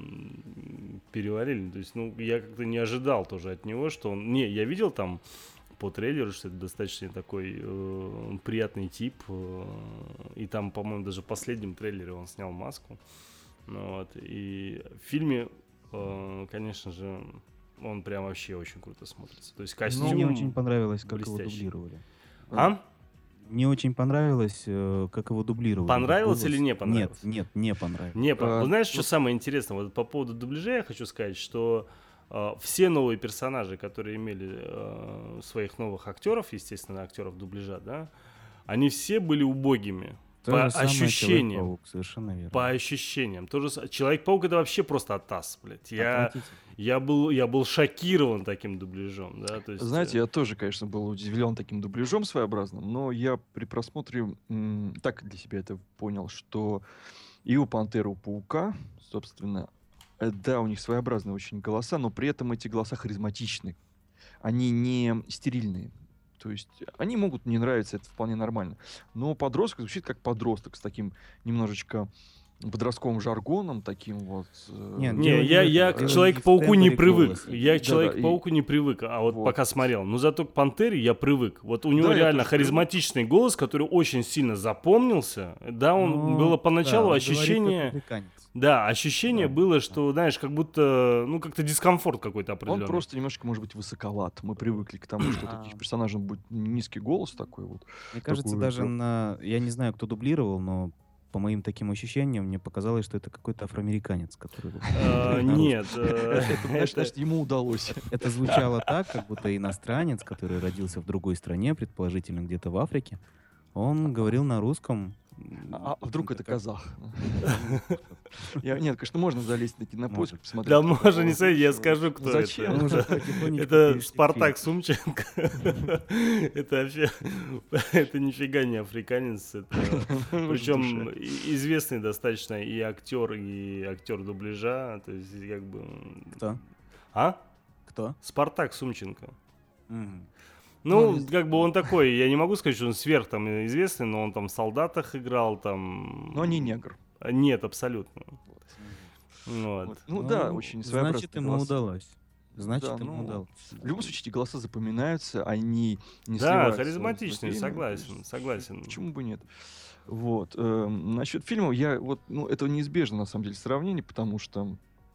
Speaker 2: м, переварили. То есть, ну, я как-то не ожидал тоже от него, что он... Не, я видел там по трейлеру, что это достаточно такой э, приятный тип. Э, и там, по-моему, даже в последнем трейлере он снял маску. Ну, вот, и в фильме, э, конечно же, он прям вообще очень круто смотрится. То есть костюм...
Speaker 4: Мне не очень понравилось, как его
Speaker 2: блестящий.
Speaker 4: дублировали.
Speaker 2: А?
Speaker 4: Мне очень понравилось, э, как его дублировали.
Speaker 2: Понравилось
Speaker 4: Голос-
Speaker 2: или не понравилось?
Speaker 4: Нет, нет, не понравилось.
Speaker 2: Не, по-
Speaker 3: А,
Speaker 2: вы знаешь,
Speaker 3: ну-
Speaker 2: что самое интересное? Вот по поводу дубляжа я хочу сказать, что э, все новые персонажи, которые имели э, своих новых актеров, естественно, актеров дубляжа, да, они все были убогими.
Speaker 4: То
Speaker 2: По
Speaker 4: же самое
Speaker 2: ощущениям.
Speaker 4: Человек-паук, совершенно верно.
Speaker 2: По ощущениям. Тоже с- Человек-паук это вообще просто атас, блядь. Я,
Speaker 4: Отвратительно.
Speaker 2: я, был, я был шокирован таким дубляжом, да. То есть,
Speaker 3: Знаете,
Speaker 2: э,
Speaker 3: я тоже, конечно, был удивлен таким дубляжом своеобразным, но я при просмотре м, так для себя это понял, что и у Пантеры, и у Паука, собственно, э, да, у них своеобразные очень голоса, но при этом эти голоса харизматичны. Они не стерильные. То есть они могут не нравиться, это вполне нормально. Но подросток звучит как подросток с таким немножечко подростковым жаргоном, таким вот. э,
Speaker 4: Нет,
Speaker 2: Не,
Speaker 4: дело
Speaker 2: я,
Speaker 4: не в
Speaker 2: я
Speaker 4: этом.
Speaker 2: к
Speaker 4: Дело
Speaker 2: Человеку-пауку
Speaker 4: не
Speaker 2: не
Speaker 4: в тембре
Speaker 2: привык.
Speaker 4: голоса.
Speaker 2: Я к
Speaker 3: Да-да,
Speaker 2: Человеку-пауку не привык, а вот,
Speaker 3: Вот.
Speaker 2: пока смотрел. Но зато к Пантере я привык. Вот у него
Speaker 3: Да, я
Speaker 2: реально
Speaker 3: тоже привык.
Speaker 2: харизматичный голос, который очень сильно запомнился. Да, он
Speaker 4: Ну,
Speaker 2: было поначалу
Speaker 4: да, он говорит как
Speaker 2: ощущение...
Speaker 4: африканец.
Speaker 2: Да, ощущение
Speaker 4: Да.
Speaker 2: было, что, знаешь, как будто, ну, как-то дискомфорт какой-то
Speaker 3: Он
Speaker 2: определенный.
Speaker 3: просто немножко, может быть, высоковат. Мы привыкли к тому, что у таких
Speaker 4: А.
Speaker 3: персонажей будет низкий голос такой вот.
Speaker 4: Мне кажется,
Speaker 3: такую
Speaker 4: даже
Speaker 3: прям-
Speaker 4: на... Я не знаю, кто дублировал, но по моим таким ощущениям, мне показалось, что это какой-то афроамериканец, который... был.
Speaker 2: Э, Нет. э,
Speaker 3: Это, знаешь,
Speaker 2: это-
Speaker 3: значит, ему удалось.
Speaker 4: Это звучало так, как будто иностранец, который родился в другой стране, предположительно где-то в Африке, он говорил на русском. м,
Speaker 3: А, а вдруг это
Speaker 4: как-
Speaker 3: казах? Я, нет, конечно, можно залезть на кинопоиск,
Speaker 4: Может.
Speaker 3: посмотреть.
Speaker 2: Да
Speaker 3: кто
Speaker 2: можно
Speaker 3: такого.
Speaker 2: не сказать, я скажу,
Speaker 3: Ну,
Speaker 2: кто
Speaker 3: зачем?
Speaker 2: это.
Speaker 4: Ну, уже потихонечку
Speaker 2: Это
Speaker 4: перешли к
Speaker 2: Спартак
Speaker 4: фильму.
Speaker 2: Сумченко. Это вообще... Это нифига не африканец. Это...
Speaker 3: В
Speaker 2: Причем
Speaker 3: душе.
Speaker 2: и- известный достаточно и актер, и актер дубляжа. То есть, как бы...
Speaker 4: Кто?
Speaker 2: А?
Speaker 4: Кто?
Speaker 2: Спартак Сумченко.
Speaker 4: Мгм.
Speaker 2: Ну,
Speaker 3: Ну, не
Speaker 2: как бы он такой, я не могу сказать, что он сверх там известный, но он там в «Солдатах» играл, там...
Speaker 3: Но не негр.
Speaker 2: Нет, абсолютно. Вот.
Speaker 3: Вот. Ну, да, очень
Speaker 4: Значит,
Speaker 3: своеобразные
Speaker 4: ему
Speaker 3: голоса.
Speaker 4: удалось. Значит,
Speaker 3: Да,
Speaker 4: ему
Speaker 3: ну,
Speaker 4: удалось.
Speaker 3: в любом случае, эти голоса запоминаются, они не
Speaker 2: Да,
Speaker 3: сливаются с
Speaker 2: харизматичный,
Speaker 3: злодеями, то
Speaker 2: согласен,
Speaker 3: есть
Speaker 2: согласен.
Speaker 3: почему бы нет? Вот. эм, насчет фильма, я вот, ну, это неизбежно, на самом деле, сравнение, потому что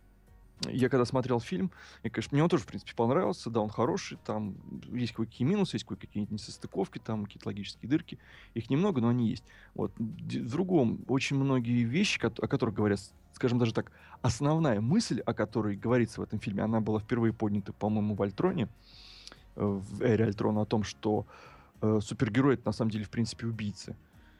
Speaker 3: я когда смотрел фильм, я, конечно, мне он тоже, в принципе, понравился, да, он хороший, там есть кое-какие минусы, есть кое-какие несостыковки, там какие-то логические дырки, их немного, но они есть. Вот. Д- В другом, очень многие вещи, кот- о которых говорят, с- скажем даже так, основная мысль, о которой говорится в этом фильме, она была впервые поднята, по-моему, в Альтроне, э, в эре Альтрона, о том, что э, супергерои — это на самом деле, в принципе, убийцы.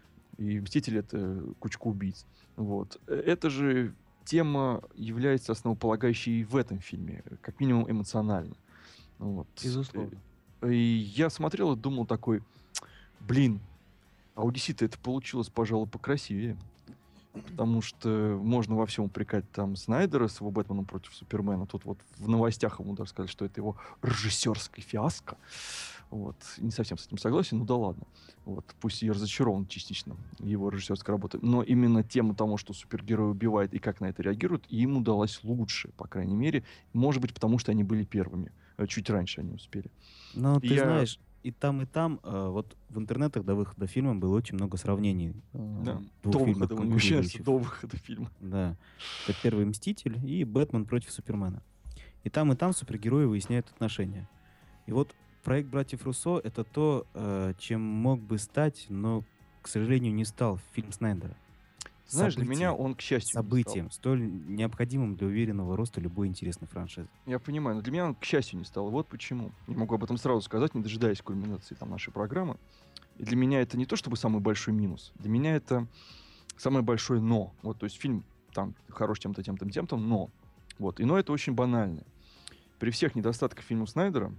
Speaker 3: И Мстители — это кучка убийц. Вот. Э, Это же тема является основополагающей и в этом фильме, э, как минимум эмоционально. Вот.
Speaker 4: Безусловно.
Speaker 3: Э, И я смотрел и думал такой, блин, а у ди си-то это получилось, пожалуй, покрасивее. Потому что можно во всем упрекать там Снайдера с его Бэтменом против Супермена. Тут вот в новостях ему даже сказали, что это его режиссерская фиаско. Вот. Не совсем с этим согласен, ну да ладно. Вот. Пусть я разочарован частично его режиссерской работой. Но именно тема того, что супергерой убивает и как на это реагируют, им удалось лучше, по крайней мере. Может быть, потому что они были первыми. Э, Чуть раньше они успели.
Speaker 4: Но ты
Speaker 3: Я-
Speaker 4: знаешь, и там, и там, э, вот в интернетах до выхода фильма было очень много сравнений. э,
Speaker 3: Да.
Speaker 4: двух
Speaker 3: До
Speaker 4: фильмов
Speaker 3: выхода, он умещается
Speaker 4: конкурирующих.
Speaker 3: до выхода фильма.
Speaker 4: Да. Это первый «Мститель» и «Бэтмен против Супермена». И там, и там супергерои выясняют отношения. И вот проект «Братьев Руссо» — это то, э, чем мог бы стать, но, к сожалению, не стал фильм Снайдера.
Speaker 3: Знаешь, для
Speaker 4: Событием.
Speaker 3: меня он, к счастью, не стал.
Speaker 4: Событием, столь необходимым для уверенного роста любой интересной франшизы.
Speaker 3: Я понимаю, но для меня он, к счастью, не стал. Вот почему. Я могу об этом сразу сказать, не дожидаясь кульминации там, нашей программы. И для меня это не то чтобы самый большой минус. Для меня это самое большое «но». Вот, то есть фильм там хорош тем-то, тем-то, тем-то, но. Вот. И «но» — это очень банальное. При всех недостатках фильма Снайдера,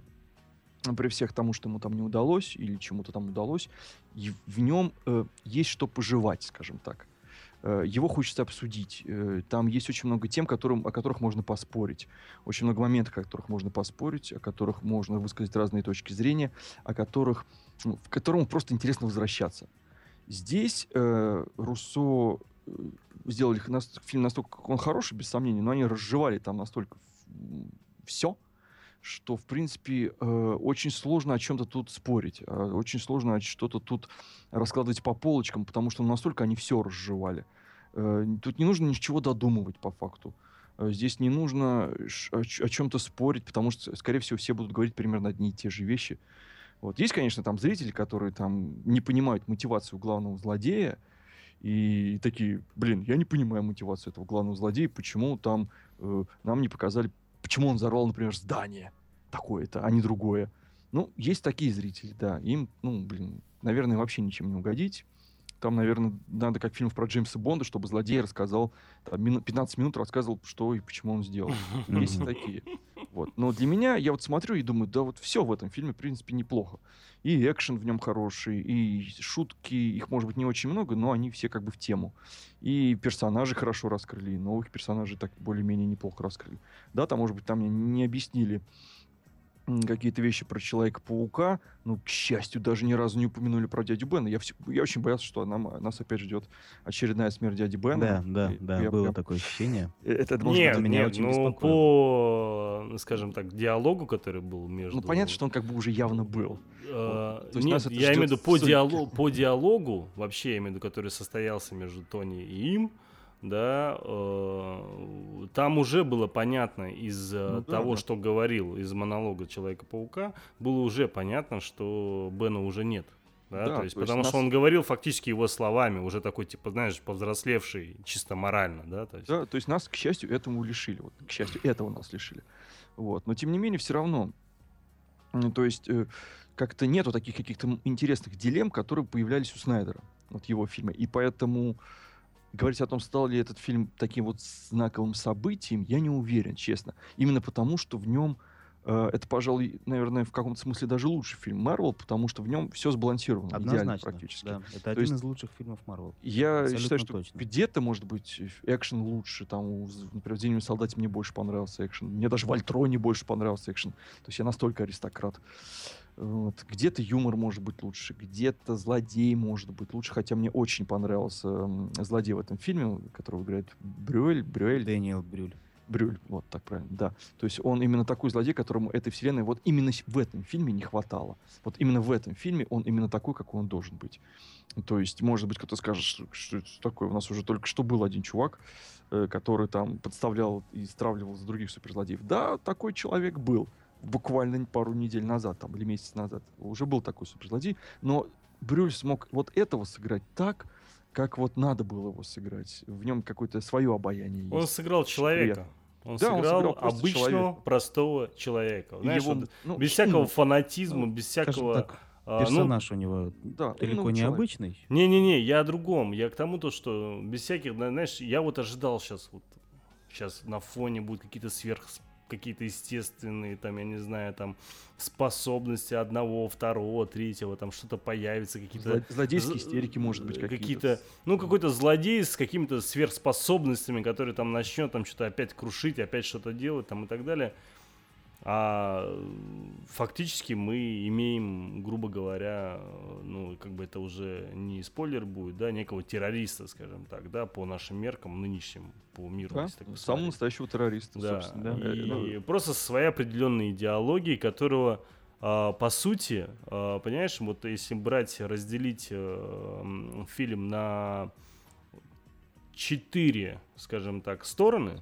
Speaker 3: при всех тому, что ему там не удалось, или чему-то там удалось, и в нем э, есть что пожевать, скажем так. Э, Его хочется обсудить. Э, Там есть очень много тем, которым, о которых можно поспорить. Очень много моментов, о которых можно поспорить, о которых можно высказать разные точки зрения, о которых, ну, к которому просто интересно возвращаться. Здесь э, Руссо э, сделали х- нас- фильм настолько, он хороший, без сомнений, но они разжевали там настолько все, что, в принципе, э, очень сложно о чем-то тут спорить, э, очень сложно о что-то тут раскладывать по полочкам, потому что настолько они все разжевали. Э, тут не нужно ничего додумывать по факту. Э, здесь не нужно ш- о, ч- о чем-то спорить, потому что, скорее всего, все будут говорить примерно одни и те же вещи. Вот. Есть, конечно, там зрители, которые там не понимают мотивацию главного злодея, и такие, блин, я не понимаю мотивацию этого главного злодея, почему там э, нам не показали, почему он взорвал, например, здание такое-то, а не другое. Ну, есть такие зрители, да. Им, ну, блин, наверное, вообще ничем не угодить. Там, наверное, надо, как фильм про Джеймса Бонда, чтобы злодей рассказал, там, мину- пятнадцать минут рассказывал, что и почему он сделал. Есть и
Speaker 4: Мгм.
Speaker 3: такие. Вот. Но для меня, я вот смотрю и думаю, да вот все в этом фильме, в принципе, неплохо. И экшен в нем хороший, и шутки, их может быть не очень много, но они все как бы в тему. И персонажи хорошо раскрыли, и новых персонажей так более-менее неплохо раскрыли. Да, там, может быть, там мне не объяснили м, какие-то вещи про Человека-паука, но, к счастью, даже ни разу не упомянули про дядю Бена. Я, всё- я очень боялся, что нам, нас опять ждет очередная смерть дяди Бена.
Speaker 4: Да, да,
Speaker 3: И
Speaker 4: да,
Speaker 3: я
Speaker 4: было
Speaker 3: прям-
Speaker 4: такое ощущение.
Speaker 3: э, Это, может
Speaker 2: Нет,
Speaker 3: быть,
Speaker 4: меня
Speaker 2: нет,
Speaker 4: очень
Speaker 2: ну
Speaker 4: беспокоило.
Speaker 2: по, скажем так, диалогу, который был между...
Speaker 3: ну, понятно, что он как бы уже явно был.
Speaker 2: Э,
Speaker 3: Вот. То есть
Speaker 2: Нет,
Speaker 3: нас это
Speaker 2: я имею в
Speaker 3: ждет
Speaker 2: виду по,
Speaker 3: в «Сонике».
Speaker 2: диалогу, по диалогу, вообще, я имею в виду, который состоялся между Тони и им, да, э, там уже было понятно из э,
Speaker 3: Ну да,
Speaker 2: того,
Speaker 3: да.
Speaker 2: что говорил, из монолога Человека-паука, было уже понятно, что Бена уже нет. Да,
Speaker 3: Да,
Speaker 2: то есть,
Speaker 3: то есть
Speaker 2: потому
Speaker 3: нас-
Speaker 2: что он говорил фактически его словами, уже такой, типа, знаешь, повзрослевший, чисто морально, да, то есть.
Speaker 3: Да, то есть нас, к счастью, этому лишили. Вот, к счастью, этого нас лишили. Вот. Но, тем не менее, все равно, м, то есть, э, как-то нету таких каких-то м- интересных дилемм, которые появлялись у Снайдера, вот его фильма. И поэтому говорить о том, стал ли этот фильм таким вот знаковым событием, я не уверен, честно. Именно потому, что в нем э, это, пожалуй, наверное, в каком-то смысле даже лучший фильм Марвел, потому что в нем все сбалансировано, идеально
Speaker 4: Однозначно,
Speaker 3: практически.
Speaker 4: да. Это
Speaker 3: То
Speaker 4: один
Speaker 3: есть
Speaker 4: из лучших фильмов Марвел.
Speaker 3: я
Speaker 4: Абсолютно
Speaker 3: считаю, что
Speaker 4: точно.
Speaker 3: где-то, может быть, экшен лучше. Там, у з- например, в «Зимнем солдате» мне больше понравился экшен. Мне даже в «Альтроне» больше понравился экшен. То есть я настолько аристократ. Вот. Где-то юмор может быть лучше, где-то злодей может быть лучше. Хотя мне очень понравился м, злодей в этом фильме, которого играет Брюэль. Брюэль.
Speaker 4: Дэниел Брюль.
Speaker 3: Брюль, вот так правильно, да. То есть он именно такой злодей, которому этой вселенной вот именно с- в этом фильме не хватало. Вот именно в этом фильме он именно такой, какой он должен быть. То есть, может быть, кто-то скажет, что, что это такое. У нас уже только что был один чувак, э, который там подставлял и стравливал за других суперзлодеев. Да, такой человек был. Буквально пару недель назад, там, или месяц назад. Уже был такой суперзлодей. Но Брюль смог вот этого сыграть так, как вот надо было его сыграть. В нем какое-то свое обаяние
Speaker 2: Он
Speaker 3: есть.
Speaker 2: сыграл человека. Он
Speaker 3: Да, он
Speaker 2: сыграл
Speaker 3: сыграл просто
Speaker 2: обычного,
Speaker 3: человека.
Speaker 2: простого человека.
Speaker 3: И
Speaker 2: Знаешь,
Speaker 3: его,
Speaker 2: вот
Speaker 3: ну,
Speaker 2: без всякого
Speaker 3: умного.
Speaker 2: фанатизма,
Speaker 4: Ну,
Speaker 2: без
Speaker 4: скажем
Speaker 2: всякого...
Speaker 4: так,
Speaker 2: а, ну,
Speaker 4: персонаж у него
Speaker 3: Да,
Speaker 4: далеко
Speaker 3: умного
Speaker 4: не
Speaker 3: человека.
Speaker 4: обычный.
Speaker 2: Не-не-не, я о другом. Я к тому, то, что без всяких, да, знаешь, я вот ожидал сейчас, вот, сейчас на фоне будут какие-то сверх, какие-то естественные, там, я не знаю, там, способности одного, второго, третьего, там, что-то появится, какие-то...
Speaker 3: Зло- Злодейские
Speaker 2: з-
Speaker 3: истерики, может быть, какие-то.
Speaker 2: какие-то, ну, какой-то злодей с какими-то сверхспособностями, который там начнет там что-то опять крушить, опять что-то делать, там, и так далее. А фактически мы имеем, грубо говоря, ну, как бы это уже не спойлер будет, да, некого террориста, скажем так, да, по нашим меркам нынешним, по миру.
Speaker 3: Да,
Speaker 2: если так
Speaker 3: самого
Speaker 2: посмотреть.
Speaker 3: настоящего террориста,
Speaker 2: Да,
Speaker 3: собственно. Да. Э,
Speaker 2: и
Speaker 3: ну,
Speaker 2: просто со своей определенной идеологией, которого, а, по сути, а, понимаешь, вот если брать, разделить а, м, фильм на четыре, скажем так, стороны,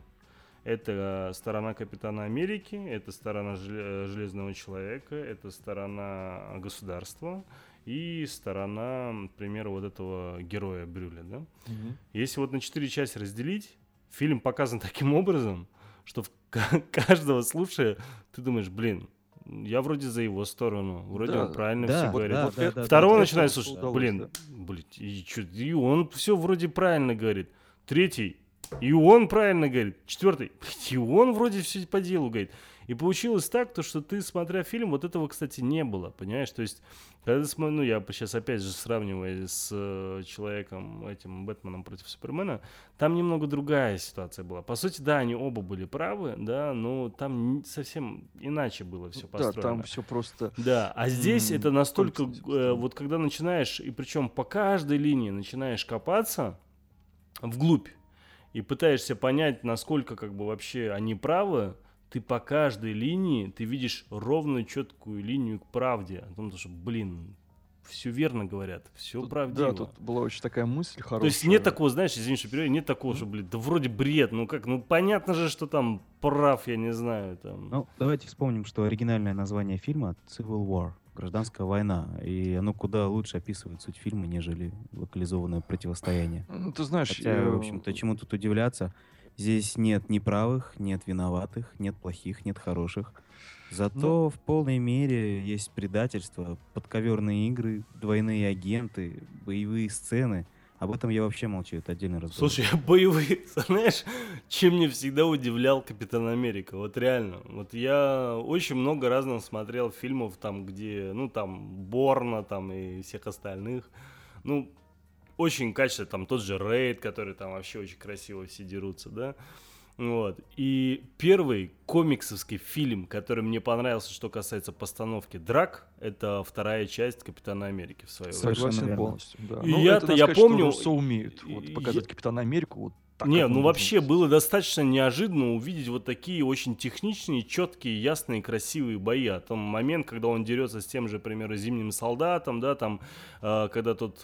Speaker 2: это сторона Капитана Америки, это сторона Желе- Железного Человека, это сторона государства и сторона, например, вот этого героя Брюля, да?
Speaker 3: мгм.
Speaker 2: Если вот на четыре части разделить, фильм показан таким образом, что в ка- каждого слушая, ты думаешь, блин, я вроде за его сторону, вроде
Speaker 3: Да,
Speaker 2: он правильно
Speaker 4: да,
Speaker 2: все
Speaker 4: вот
Speaker 2: говорит.
Speaker 4: да,
Speaker 3: Вот
Speaker 4: да,
Speaker 3: это-
Speaker 4: да,
Speaker 2: Второго
Speaker 3: вот
Speaker 2: начинаешь
Speaker 3: это
Speaker 2: слушать,
Speaker 3: удалось,
Speaker 2: блин,
Speaker 3: да.
Speaker 2: блин, и, чё, и он все вроде правильно говорит. Третий, и он правильно говорит. Четвертый, и он вроде все по делу говорит. И получилось так, то, что ты, смотря фильм, вот этого, кстати, не было, понимаешь? То есть, когда ты смотришь, ну, я сейчас опять же сравниваю с э, человеком, этим Бэтменом против Супермена, там немного другая ситуация была. По сути, да, они оба были правы, да, но там н- совсем иначе было все
Speaker 3: Да,
Speaker 2: построено.
Speaker 3: там все просто...
Speaker 2: Да, а здесь
Speaker 3: М,
Speaker 2: это настолько,
Speaker 3: комплексно всё
Speaker 2: э,
Speaker 3: построено.
Speaker 2: вот когда начинаешь, и причем по каждой линии начинаешь копаться вглубь и пытаешься понять, насколько как бы вообще они правы, ты по каждой линии, ты видишь ровную, четкую линию к правде. О том, что, блин, все верно говорят, все
Speaker 3: Тут-
Speaker 2: правдиво.
Speaker 3: Да, тут была очень такая мысль хорошая.
Speaker 2: То есть нет такого, знаешь, извини, что перебиваю, нет такого, что, блин, да вроде бред, ну как, ну понятно же, что там прав, я не знаю, там.
Speaker 4: Ну, давайте вспомним, что оригинальное название фильма Civil War, гражданская война, и оно куда лучше описывает суть фильма, нежели локализованное противостояние.
Speaker 3: Ну, ты знаешь...
Speaker 4: Хотя,
Speaker 3: э,
Speaker 4: в общем-то, чему тут удивляться? Здесь нет ни правых, нет виноватых, нет плохих, нет хороших. Зато в полной мере есть предательство, подковерные игры, двойные агенты, боевые сцены. Об этом я вообще молчу, это отдельный разговор.
Speaker 2: Слушай, боевые, знаешь, чем мне всегда удивлял Капитан Америка, вот реально. Вот я очень много разных смотрел фильмов, там, где, ну, там, Борна, там, и всех остальных. Ну, очень качественно, там, тот же Рейд, который там вообще очень красиво все дерутся, да. Вот. И первый комиксовский фильм, который мне понравился, что касается постановки драк, это вторая часть Капитана Америки в свое время.
Speaker 4: Совершенно
Speaker 3: Согласен
Speaker 4: верно.
Speaker 3: полностью, да.
Speaker 2: И
Speaker 3: Ну,
Speaker 2: я-то-
Speaker 3: это, надо
Speaker 2: я
Speaker 3: сказать, что
Speaker 2: помню,
Speaker 3: Руссо умеет вот,
Speaker 2: и-
Speaker 3: показать
Speaker 2: я-
Speaker 3: Капитана Америку вот так,
Speaker 2: Не,
Speaker 3: как он
Speaker 2: ну
Speaker 3: должен
Speaker 2: вообще
Speaker 3: быть.
Speaker 2: было достаточно неожиданно увидеть вот такие очень техничные, четкие, ясные, красивые бои. А там момент, когда он дерется с тем же, к примеру, Зимним солдатом, да, там, э, когда тот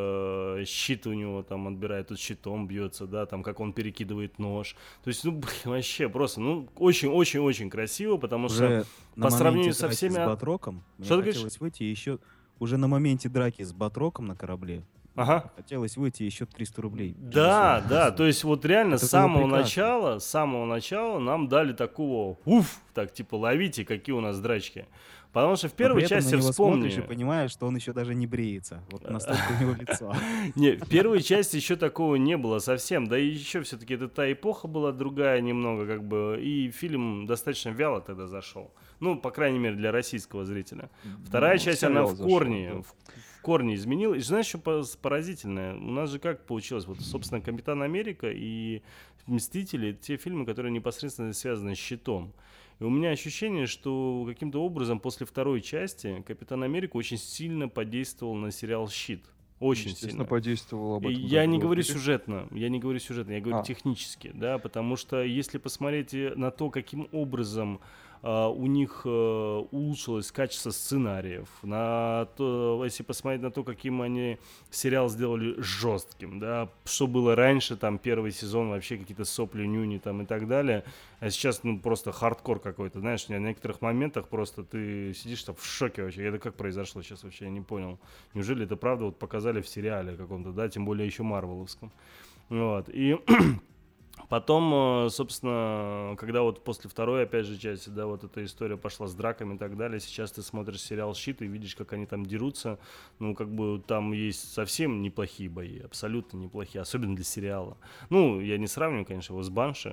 Speaker 2: э, щит у него там отбирает, тот щитом бьется, да, там, как он перекидывает нож. То есть, ну, блин, вообще просто, ну, очень-очень-очень красиво, потому что...
Speaker 4: Уже на
Speaker 2: по сравнению
Speaker 4: моменте
Speaker 2: со
Speaker 4: драки
Speaker 2: всеми-
Speaker 4: с Батроком,
Speaker 2: Что
Speaker 4: мне
Speaker 2: ты говоришь?
Speaker 4: хотелось выйти еще... Уже на моменте драки с Батроком на корабле
Speaker 2: Ага.
Speaker 4: хотелось выйти еще триста рублей.
Speaker 2: Да, да, то есть вот реально
Speaker 4: Это
Speaker 2: с
Speaker 4: было
Speaker 2: самого
Speaker 4: прекрасно.
Speaker 2: начала, с самого начала нам дали такого, уф, так, типа, ловите, какие у нас драчки. Потому что в первой
Speaker 4: Но при этом
Speaker 2: части
Speaker 4: на него
Speaker 2: вспомни...
Speaker 4: смотришь и понимаешь, что он еще даже не бреется. Вот настолько у него лицо.
Speaker 2: Не, в первой части еще такого не было совсем. Да и еще все-таки это та эпоха была другая немного, как бы. И фильм достаточно вяло тогда зашел. Ну, по крайней мере, для российского зрителя. Вторая
Speaker 3: Ну,
Speaker 2: часть,
Speaker 3: вся
Speaker 2: она
Speaker 3: вяло
Speaker 2: в
Speaker 3: зашел,
Speaker 2: корне,
Speaker 3: да.
Speaker 2: в, в корне изменилась. И знаешь, что по- поразительное? У нас же как получилось? Вот, собственно, «Капитан Америка» и «Мстители» — это те фильмы, которые непосредственно связаны с щитом. И у меня ощущение, что каким-то образом после второй части «Капитан Америка» очень сильно подействовал на сериал «Щит». Очень
Speaker 3: Естественно,
Speaker 2: сильно.
Speaker 3: подействовал об
Speaker 2: И
Speaker 3: этом.
Speaker 2: Я
Speaker 3: даже
Speaker 2: не
Speaker 3: было
Speaker 2: говорю
Speaker 3: говорить.
Speaker 2: сюжетно, я не говорю сюжетно, я говорю
Speaker 3: А.
Speaker 2: технически, да, потому что если посмотреть э, на то, каким образом а, у них э, улучшилось качество сценариев, на то, если посмотреть на то, каким они сериал сделали жестким, да, что было раньше, там первый сезон вообще какие-то сопли-нюни там и так далее, а сейчас ну просто хардкор какой-то, знаешь, на некоторых моментах просто ты сидишь там в шоке вообще, это как произошло сейчас вообще, я не понял, неужели это правда вот показали в сериале каком-то, да, тем более еще марвеловском, вот, и потом, собственно, когда вот после второй, опять же, части, да, вот эта история пошла с драками и так далее, сейчас ты смотришь сериал «Щит» и видишь, как они там дерутся, ну, как бы там есть совсем неплохие бои, абсолютно неплохие, особенно для сериала. Ну, я не сравниваю, конечно, его с «Банши»,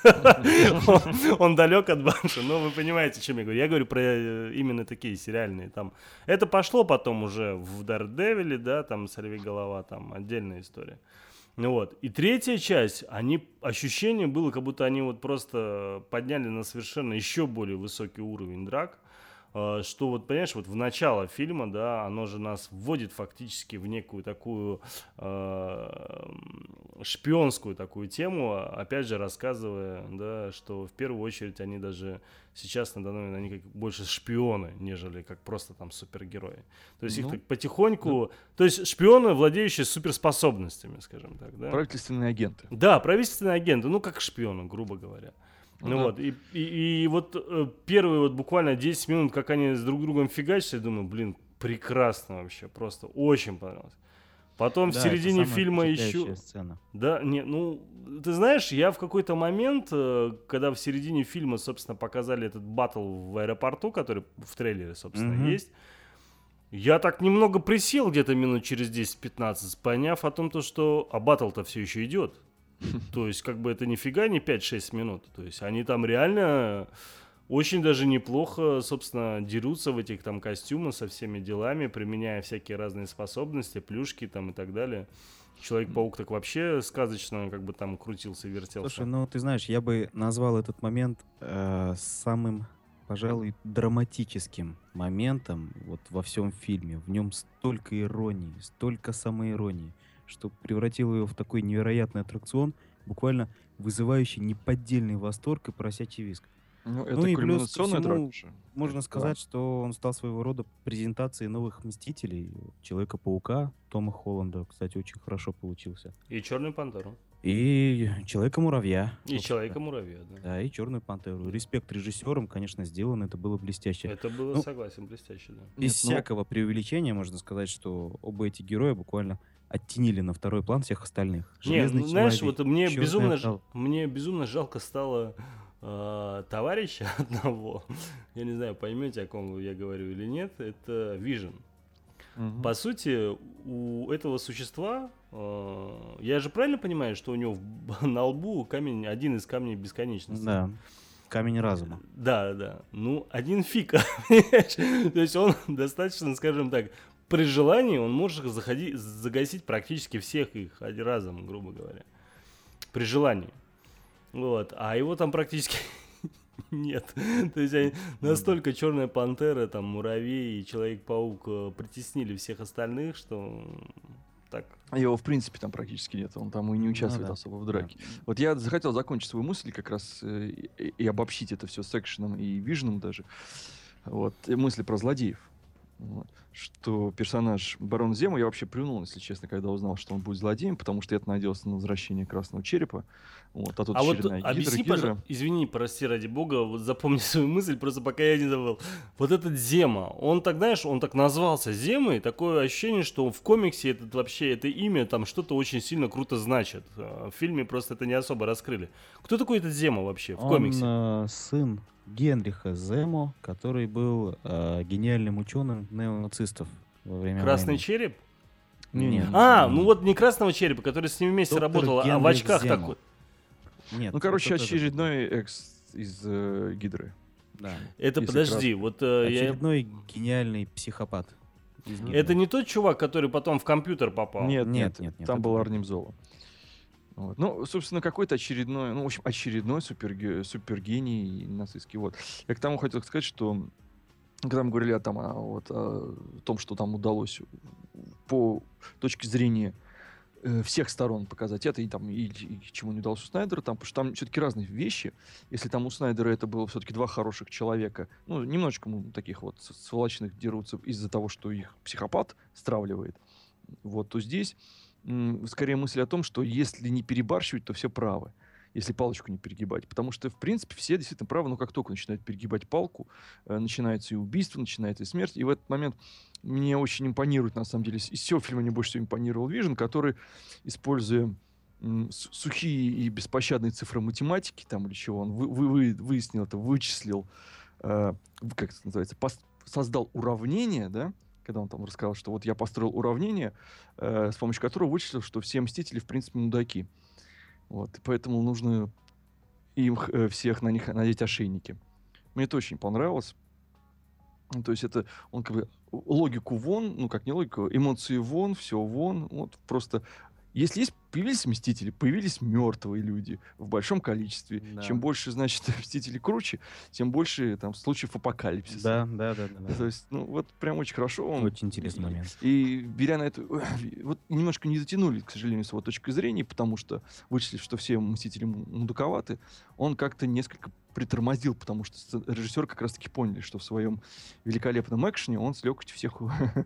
Speaker 2: он далек от «Банши», но вы понимаете, о чем я говорю. Я говорю про именно такие сериальные, там, это пошло потом уже в «Дардевиле», да, там, «Сорвиголова», там, отдельная история. Ну вот. И третья часть, они, ощущение было, как будто они вот просто подняли на совершенно еще более высокий уровень драк, э, что вот, понимаешь, вот в начало фильма, да, оно же нас вводит фактически в некую такую э, шпионскую такую тему, опять же рассказывая, да, что в первую очередь они даже сейчас на данный момент они как больше шпионы, нежели как просто там супергерои. То есть
Speaker 3: Ну,
Speaker 2: их так потихоньку... То есть шпионы, владеющие суперспособностями, скажем так, да?
Speaker 3: Правительственные агенты.
Speaker 2: Да, правительственные агенты, ну как шпионы, грубо говоря.
Speaker 3: Ну
Speaker 2: Ну
Speaker 3: да.
Speaker 2: вот, и, и, и вот э, первые вот буквально десять минут, как они с друг другом фигачили, думаю, блин, прекрасно вообще, просто очень понравилось. Потом
Speaker 4: Да,
Speaker 2: в
Speaker 4: это
Speaker 2: середине
Speaker 4: самая
Speaker 2: фильма
Speaker 4: впечатляющая
Speaker 2: еще...
Speaker 4: сцена.
Speaker 2: Да, не, ну, ты знаешь, я в какой-то момент, э, когда в середине фильма, собственно, показали этот баттл в аэропорту, который в трейлере, собственно,
Speaker 4: Мгм.
Speaker 2: есть, я так немного присел где-то минут через десять-пятнадцать, поняв о том, то, что а баттл-то все еще идет. То есть, как бы это нифига не пять-шесть минут. То есть, они там реально очень даже неплохо, собственно, дерутся в этих там костюмах со всеми делами, применяя всякие разные способности, плюшки там и так далее. Человек-паук так вообще сказочно как бы там крутился, вертелся.
Speaker 4: Слушай, ну ты знаешь, я бы назвал этот момент э, самым, пожалуй, драматическим моментом вот во всем фильме. В нем столько иронии, столько самоиронии, что превратило его в такой невероятный аттракцион, буквально вызывающий неподдельный восторг и поросячий визг.
Speaker 3: Ну, это
Speaker 4: Ну и плюс ко
Speaker 3: кульминационная
Speaker 4: всему,
Speaker 3: драка же.
Speaker 4: Можно
Speaker 3: Да.
Speaker 4: сказать, что он стал своего рода презентацией новых Мстителей. Человека-паука Тома Холланда, кстати, очень хорошо получился.
Speaker 2: И Черную пантеру.
Speaker 4: И Человека-муравья.
Speaker 2: И
Speaker 4: собственно.
Speaker 2: Человека-муравья, да.
Speaker 4: Да, и Черную пантеру. Респект режиссерам, конечно, сделано, это было блестяще.
Speaker 2: Это было,
Speaker 4: Ну,
Speaker 2: согласен, блестяще, да.
Speaker 4: Без
Speaker 3: Нет, ну-
Speaker 4: всякого преувеличения можно сказать, что оба эти героя буквально оттенили на второй план всех остальных.
Speaker 2: Не,
Speaker 4: Железный
Speaker 2: ну, знаешь,
Speaker 4: человек,
Speaker 2: вот мне
Speaker 4: Чёрная
Speaker 2: безумно, ж-
Speaker 4: вдова.
Speaker 2: мне безумно жалко стало э, товарища одного. Я не знаю, поймете, о ком я говорю или нет. Это Vision.
Speaker 3: Мгм.
Speaker 2: По сути, у этого существа, э, я же правильно понимаю, что у него в- на лбу камень, один из камней бесконечности?
Speaker 4: Да, камень разума.
Speaker 2: Да, да. Ну, один фиг. понимаешь? То есть он достаточно, скажем так, при желании он может заходи- загасить практически всех их один разом, грубо говоря. При желании. Вот. А его там практически нет. То есть они настолько Черная пантера, там Муравей и Человек-паук э, притеснили всех остальных, что м, так.
Speaker 3: Его, в принципе, там практически нет. Он там и не участвует
Speaker 4: да.
Speaker 3: особо в драке. Вот я захотел закончить свою мысль как раз э, и, и обобщить это все с экшеном и виженом даже. Вот. И мысли про злодеев. Вот. Что персонаж Барон Зема, я вообще плюнул, если честно, когда узнал, что он будет злодеем, потому что я надеялся на возвращение Красного Черепа. Вот. А тут
Speaker 2: А вот
Speaker 3: очередная гидра,
Speaker 2: объясни,
Speaker 3: гидра.
Speaker 2: пожалуйста, извини, прости, ради бога, вот запомни свою мысль, просто пока я не забыл. Вот этот Зема, он так, знаешь, он так назвался Земой, такое ощущение, что в комиксе этот вообще, это имя там что-то очень сильно круто значит. А в фильме просто это не особо раскрыли. Кто такой этот Зема вообще в
Speaker 4: Он
Speaker 2: комиксе?
Speaker 4: э, сын Генриха Земо, который был э, гениальным ученым неонацистов во время
Speaker 2: Красный
Speaker 4: войны.
Speaker 2: череп?
Speaker 4: Нет.
Speaker 2: А, ну вот не красного черепа, который с ним вместе
Speaker 4: Доктор
Speaker 2: работал, а в
Speaker 4: Генрих
Speaker 2: очках
Speaker 4: Земо.
Speaker 2: такой.
Speaker 4: Нет.
Speaker 3: Ну, короче,
Speaker 4: это тоже-
Speaker 3: очередной экс из э, Гидры.
Speaker 4: Да.
Speaker 2: Это
Speaker 3: Если
Speaker 2: подожди, вот э, я...
Speaker 4: Очередной гениальный психопат. из Гидры.
Speaker 2: Это не тот чувак, который потом в компьютер попал?
Speaker 3: Нет,
Speaker 4: Нет,
Speaker 3: нет,
Speaker 4: нет, нет,
Speaker 3: там
Speaker 4: это
Speaker 3: был
Speaker 4: другой.
Speaker 3: Арнем Золо. Вот. Ну, собственно, какой-то очередной, ну, в общем, очередной суперге- супергений нацистский. Вот. Я к тому хотел сказать, что когда мы говорили о, там, о, вот, о том, что там удалось по точке зрения э, всех сторон показать это, и, там, и, и чему не удалось у Снайдера, там, потому что там все-таки разные вещи. Если там у Снайдера это было все-таки два хороших человека, ну, немножечко ну, таких вот с- сволочных дерутся из-за того, что их психопат стравливает, вот, то здесь м, скорее мысль о том, что если не перебарщивать, то все правы. Если палочку не перегибать. Потому что, в принципе, все действительно правы, но как только начинают перегибать палку, э, начинается и убийство, начинается и смерть. И в этот момент мне очень импонирует, на самом деле, из всего фильма мне больше всего импонировал Вижн, который, используя м, с- сухие и беспощадные цифры математики, там или чего, он вы- вы- вы- выяснил это, вычислил, э, в- как это называется, пос- создал уравнение, да, когда он там рассказал, что вот я построил уравнение, э, с помощью которого вычислил, что все Мстители, в принципе, мудаки. Вот, и поэтому нужно им э, всех на них надеть ошейники. Мне это очень понравилось. Ну, то есть это он как бы логику вон, ну как не логику, эмоции вон, все вон. Вот просто если есть, появились Мстители, появились мертвые люди в большом количестве.
Speaker 4: Да.
Speaker 3: Чем больше, значит, Мстители круче, тем больше там случаев апокалипсиса.
Speaker 4: Да, да, да, да. да.
Speaker 3: То есть, ну вот прям очень хорошо. Он,
Speaker 4: Очень интересный момент.
Speaker 3: и беря на это, вот немножко не затянули, к сожалению, с его точки зрения, потому что вычислив, что все Мстители м- мудаковаты, он как-то несколько притормозил, потому что сцен- режиссеры как раз-таки поняли, что в своем великолепном экшене он с легкостью всех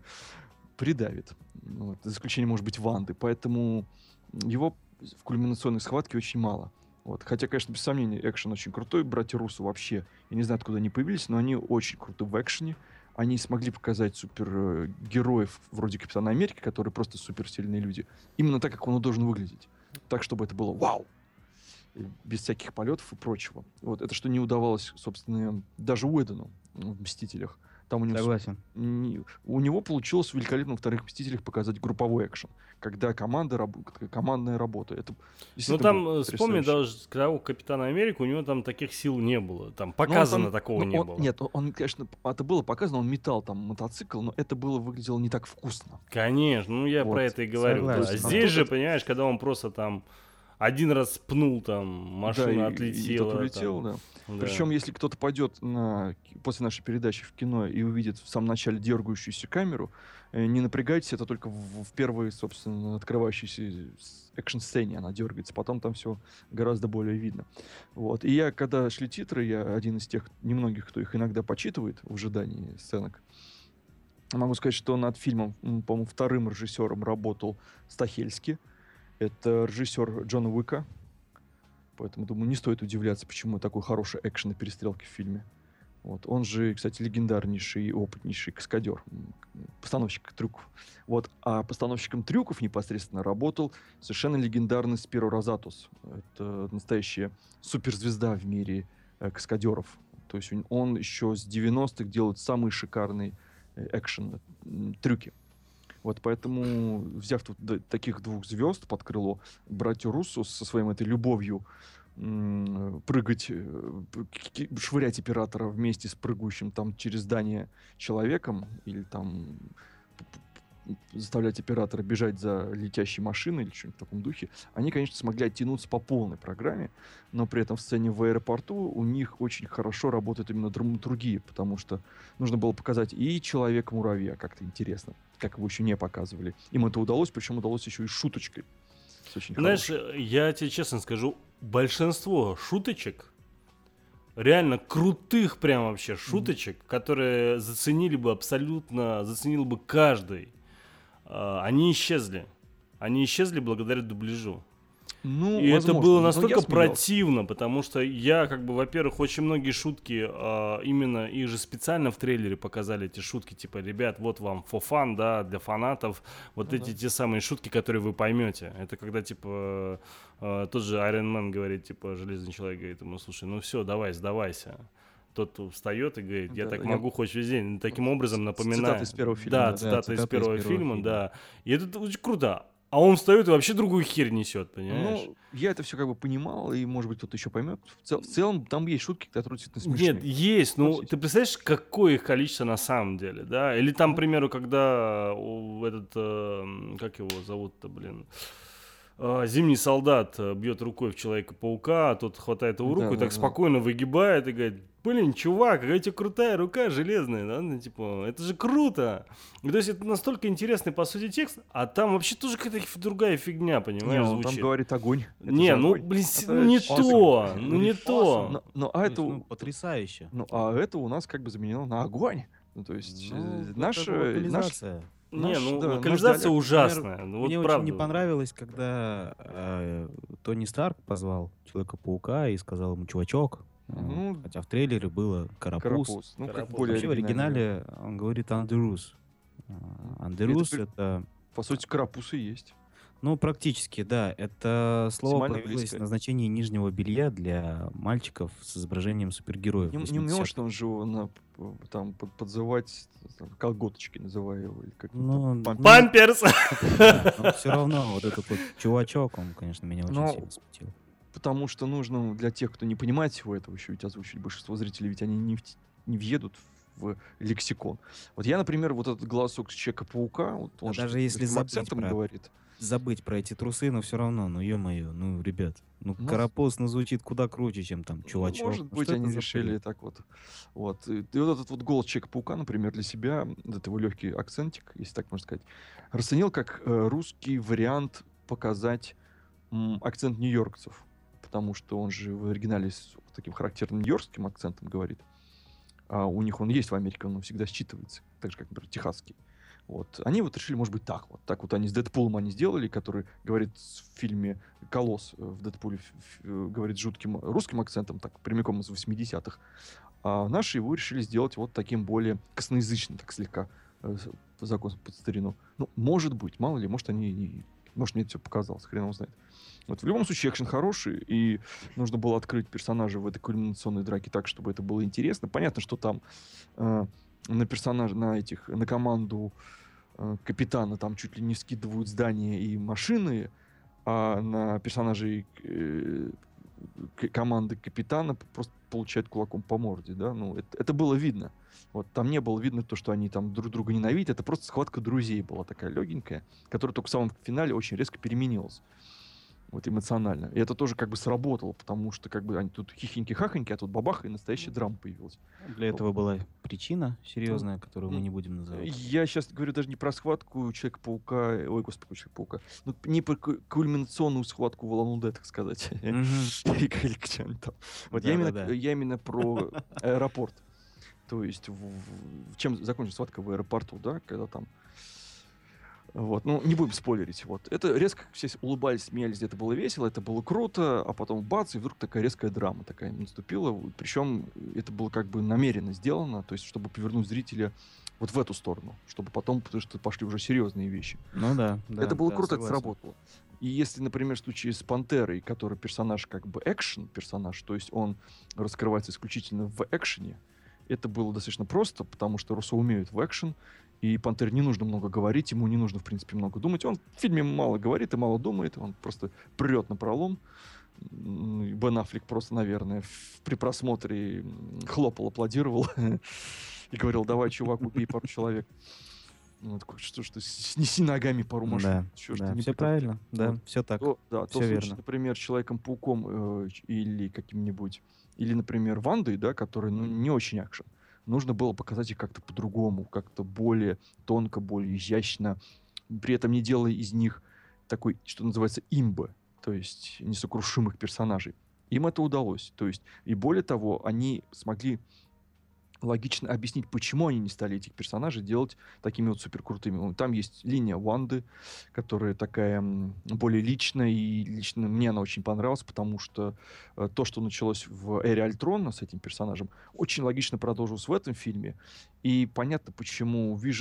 Speaker 3: придавит. Вот, за исключением, может быть, Ванды. Поэтому его в кульминационной схватке очень мало. Вот. Хотя, конечно, без сомнения, экшен очень крутой. Братья Руссо вообще, я не знаю, откуда они появились, но они очень круты в экшене. Они смогли показать супергероев вроде Капитана Америки, которые просто суперсильные люди. Именно так, как он и должен выглядеть. Так, чтобы это было вау! И без всяких полетов и прочего. Вот. Это что не удавалось, собственно, даже Уэдону в «Мстителях». Там у него,
Speaker 4: Согласен.
Speaker 3: не- у него получилось великолепно во вторых «Мстителях» показать групповой экшен. Когда команда, раб- командная работа. Это
Speaker 2: Ну
Speaker 3: действительно
Speaker 2: там,
Speaker 3: было
Speaker 2: э, вспомни,
Speaker 3: потрясающе.
Speaker 2: даже того Капитана Америка, у него там таких сил не было. Там
Speaker 3: Ну, он
Speaker 2: показано
Speaker 3: там-
Speaker 2: такого
Speaker 3: ну,
Speaker 2: не
Speaker 3: он-
Speaker 2: было.
Speaker 3: Нет, он, он, конечно, это было показано, он метал там мотоцикл, но это было выглядело не так вкусно.
Speaker 2: Конечно, ну я
Speaker 3: Вот,
Speaker 2: про это и говорю. да.
Speaker 4: согласен.
Speaker 2: А
Speaker 3: А
Speaker 2: здесь
Speaker 3: тут
Speaker 2: же,
Speaker 3: это-
Speaker 2: понимаешь, когда он просто там один раз пнул, там машина
Speaker 3: Да, и- и
Speaker 2: отлетела.
Speaker 3: тот улетел,
Speaker 2: там.
Speaker 3: да.
Speaker 2: Да.
Speaker 3: Причем, если кто-то пойдет на, после нашей передачи в кино и увидит в самом начале дергающуюся камеру, э, не напрягайтесь, это только в, в первой, собственно, открывающейся с- экшн-сцене она дергается, потом там все гораздо более видно. Вот. И я, когда шли титры, я один из тех немногих, кто их иногда почитывает в ожидании сценок, могу сказать, что над фильмом, м, по-моему, вторым режиссером работал Стахельский. Это режиссер Джона Уика. Поэтому, думаю, не стоит удивляться, почему такой хороший экшен и перестрелки в фильме. Вот. Он же, кстати, легендарнейший и опытнейший каскадер, м, постановщик трюков. Вот. А постановщиком трюков непосредственно работал совершенно легендарный Спиро Розатус. Это настоящая суперзвезда в мире э, каскадеров. То есть он, он еще с девяностых делает самые шикарные э, экшен м, трюки. Вот поэтому, взяв тут д- таких двух звезд под крыло, братья Руссо со своим этой любовью м, прыгать, э, п- ки- швырять оператора вместе с прыгающим там через здание человеком или там п- п- заставлять оператора бежать за летящей машиной или что-нибудь в таком духе, они, конечно, смогли оттянуться по полной программе, но при этом в сцене в аэропорту у них очень хорошо работает именно драматургия, потому что нужно было показать и Человека-муравья как-то интересно, как его еще не показывали. Им это удалось, причем удалось еще и шуточкой. С очень
Speaker 2: Знаешь,
Speaker 3: хорошей.
Speaker 2: я тебе честно скажу, большинство шуточек, реально крутых прям вообще шуточек, которые заценили бы абсолютно, заценил бы каждый, а, они исчезли. Они исчезли благодаря дубляжу.
Speaker 3: Ну,
Speaker 2: И это
Speaker 3: возможно,
Speaker 2: было
Speaker 3: но я
Speaker 2: настолько
Speaker 3: смеялся.
Speaker 2: противно, потому что я, как бы, во-первых, очень многие шутки, а, именно их же специально в трейлере показали эти шутки, типа, ребят, вот вам for fun, да, для фанатов, вот
Speaker 3: Ну
Speaker 2: эти
Speaker 3: да.
Speaker 2: те самые шутки, которые вы поймете. Это когда, типа, а, тот же Iron Man говорит, типа, Железный человек говорит ему, слушай, ну все, давай, сдавайся. тот встает и говорит, я
Speaker 3: Да,
Speaker 2: так
Speaker 3: я-
Speaker 2: могу хоть весь день. Таким образом напоминаю.
Speaker 3: Цитата из первого фильма,
Speaker 2: Да,
Speaker 3: да.
Speaker 2: цитата,
Speaker 4: Да,
Speaker 2: из,
Speaker 4: цитата
Speaker 2: первого
Speaker 4: из первого
Speaker 2: фильма,
Speaker 4: фильма.
Speaker 2: да. И это очень круто. А он встает и вообще другую херь несет, понимаешь?
Speaker 3: Ну, я это все как бы понимал, и, может быть, кто-то еще поймет. В, цел- в целом, там есть шутки, которые действительно смешные.
Speaker 2: Нет, есть. Ну,
Speaker 3: Согласись.
Speaker 2: ты представляешь, какое их количество на самом деле, да? Или там, к
Speaker 3: Ну.
Speaker 2: примеру, когда у- этот, э, как его зовут-то, блин, э, зимний солдат э, бьет рукой в Человека-паука, а тот хватает его руку и так
Speaker 3: Да-да-да.
Speaker 2: спокойно выгибает и говорит, блин, чувак, какая у тебя крутая рука железная, да? Ну, типа, это же круто. И то есть это настолько интересный, по сути, текст, а там вообще тоже какая-то другая фигня,
Speaker 3: Не,
Speaker 2: понимаешь,
Speaker 3: он там
Speaker 2: звучит.
Speaker 3: говорит огонь. Это
Speaker 2: Не,
Speaker 3: же
Speaker 2: ну,
Speaker 3: огонь.
Speaker 2: блин, с-
Speaker 3: Это
Speaker 2: ну не
Speaker 3: awesome.
Speaker 2: то, ну не
Speaker 4: Говорит,
Speaker 2: то.
Speaker 3: Но, но а
Speaker 4: То есть,
Speaker 3: это,
Speaker 4: ну, потрясающе.
Speaker 3: ну, а это у нас как бы заменено на огонь. Ну, то есть,
Speaker 4: Ну,
Speaker 3: э,
Speaker 4: это
Speaker 3: наша, наш,
Speaker 4: локализация.
Speaker 2: Не,
Speaker 3: наш,
Speaker 2: ну
Speaker 3: да, наш
Speaker 2: локализация
Speaker 3: диалект.
Speaker 2: ужасная. Ну, вот
Speaker 4: Мне
Speaker 2: правда.
Speaker 4: очень не понравилось, когда э, Тони Старк позвал Человека-паука и сказал ему «чувачок». Э,
Speaker 3: Ну,
Speaker 4: Хотя в трейлере было «карапуз».
Speaker 3: Карапуз. Ну, как
Speaker 2: Карапуз.
Speaker 3: более
Speaker 4: Вообще в
Speaker 3: оригинальный.
Speaker 4: оригинале он говорит «андерус». Э, «Андерус» —
Speaker 3: при-
Speaker 4: это...
Speaker 3: По сути, карапуз и есть.
Speaker 4: Ну, практически, да. Это слово
Speaker 3: Максимально
Speaker 4: появилось
Speaker 3: близкое.
Speaker 4: в назначении нижнего белья для мальчиков с изображением супергероев.
Speaker 3: Не, не
Speaker 4: восьмидесятых.
Speaker 3: может он же его на, п- там под- подзывать там, колготочки, называя его. Или как
Speaker 4: Ну,
Speaker 3: там,
Speaker 4: ну,
Speaker 2: Памперс!
Speaker 4: Но все равно вот этот вот чувачок, он, конечно, меня очень
Speaker 3: Но-
Speaker 4: сильно смутил.
Speaker 3: Потому что нужно для тех, кто не понимает всего этого, еще ведь озвучить большинство зрителей, ведь они не, в- не въедут в лексикон. Вот я, например, вот этот голосок Человека-паука, вот он
Speaker 4: Да
Speaker 3: же
Speaker 4: даже
Speaker 3: с
Speaker 4: если
Speaker 3: таким
Speaker 4: забыть
Speaker 3: акцентом
Speaker 4: про-
Speaker 3: говорит.
Speaker 4: Забыть про эти трусы, но все равно, ну ё-моё, ну, ребят, ну,
Speaker 3: Ну,
Speaker 4: карапуз, ну, звучит куда круче, чем там
Speaker 3: Ну,
Speaker 4: чувачок.
Speaker 3: может
Speaker 4: Ну,
Speaker 3: быть,
Speaker 4: что это
Speaker 3: они
Speaker 4: за
Speaker 3: решили
Speaker 4: бред?
Speaker 3: так вот. Вот. И, и вот этот вот голос Человека-паука, например, для себя, этот его легкий акцентик, если так можно сказать, расценил как э, русский вариант показать м, акцент нью-йоркцев. Потому что он же в оригинале с таким характерным нью-йоркским акцентом говорит. А у них он есть в Америке, он всегда считывается. Так же, как, например, техасский. Вот. Они вот решили, может быть, так вот. Так вот они с Дэдпулом они сделали, который говорит в фильме «Колосс» э, в Дэдпуле ф- ф- э, говорит с жутким русским акцентом, так прямиком из восьмидесятых. А наши его решили сделать вот таким более косноязычным, так слегка, э, с- по закону под старину. Ну, может быть, мало ли, может, они... и- Может, мне это все показалось, хрен его знает. Вот, в любом случае, экшен хороший, и нужно было открыть персонажа в этой кульминационной драке так, чтобы это было интересно. Понятно, что там э, на персонажа, на этих, на команду э, капитана там чуть ли не скидывают здания и машины, а на персонажей э, к- команды капитана просто получают кулаком по морде, да, ну, это, это было видно. Вот, там не было видно то, что они там друг друга ненавидят, это просто схватка друзей была такая легенькая, которая только в самом финале очень резко переменилась. Вот эмоционально. И это тоже как бы сработало, потому что как бы они тут хихоньки-хахоньки, а тут бабах, и настоящая драма появилась.
Speaker 4: Для этого была причина серьезная, которую мы
Speaker 3: ну,
Speaker 4: не будем называть.
Speaker 3: Я сейчас говорю даже не про схватку Человека-паука, ой, господи, Человека-паука, ну, не про ку- кульминационную схватку в Улан-Удэ, так сказать.
Speaker 4: Мгм.
Speaker 3: Или где-нибудь там. Вот я именно,
Speaker 4: Да-да-да.
Speaker 3: я именно про аэропорт. То есть, в- в- чем закончилась схватка в аэропорту, да, когда там... Вот, ну, не будем спойлерить. Вот. Это резко все улыбались, смеялись, это было весело, это было круто, а потом бац, и вдруг такая резкая драма такая наступила. Причем это было как бы намеренно сделано, то есть, чтобы повернуть зрителя вот в эту сторону, чтобы потом, потому что пошли уже серьезные вещи.
Speaker 4: Ну да, да.
Speaker 3: это было
Speaker 4: да,
Speaker 3: круто, это
Speaker 4: согласен.
Speaker 3: сработало. И если, например, в случае с Пантерой, который персонаж как бы экшен персонаж, то есть он раскрывается исключительно в экшене, это было достаточно просто, потому что Руссо умеет в экшен, и Пантере не нужно много говорить, ему не нужно, в принципе, много думать. Он в фильме мало говорит и мало думает, он просто прет на пролом. М, и Бен Аффлек просто, наверное, в- при просмотре м, хлопал, аплодировал и говорил: давай, чувак, убей пару человек. Ну, такой, что ж ты, снеси ногами пару машин.
Speaker 4: Да,
Speaker 3: Чё ж
Speaker 4: да,
Speaker 3: ты не
Speaker 4: все
Speaker 3: пытаешься?
Speaker 4: правильно, да,
Speaker 3: Вот.
Speaker 4: все так.
Speaker 3: То, да, то
Speaker 4: всё
Speaker 3: в случае,
Speaker 4: верно.
Speaker 3: например, Человеком-пауком э, ч- или каким-нибудь, или, например, Вандой, да, который, ну, не очень акшен, нужно было показать их как-то по-другому, как-то более тонко, более изящно, при этом не делая из них такой, что называется, имбы, то есть несокрушимых персонажей. Им это удалось. То есть, и более того, они смогли логично объяснить, почему они не стали этих персонажей делать такими вот суперкрутыми. Ну, там есть линия Ванды, которая такая м, более личная, и лично мне она очень понравилась, потому что э, то, что началось в Эре Альтрона с этим персонажем, очень логично продолжилось в этом фильме. И понятно, почему Вижн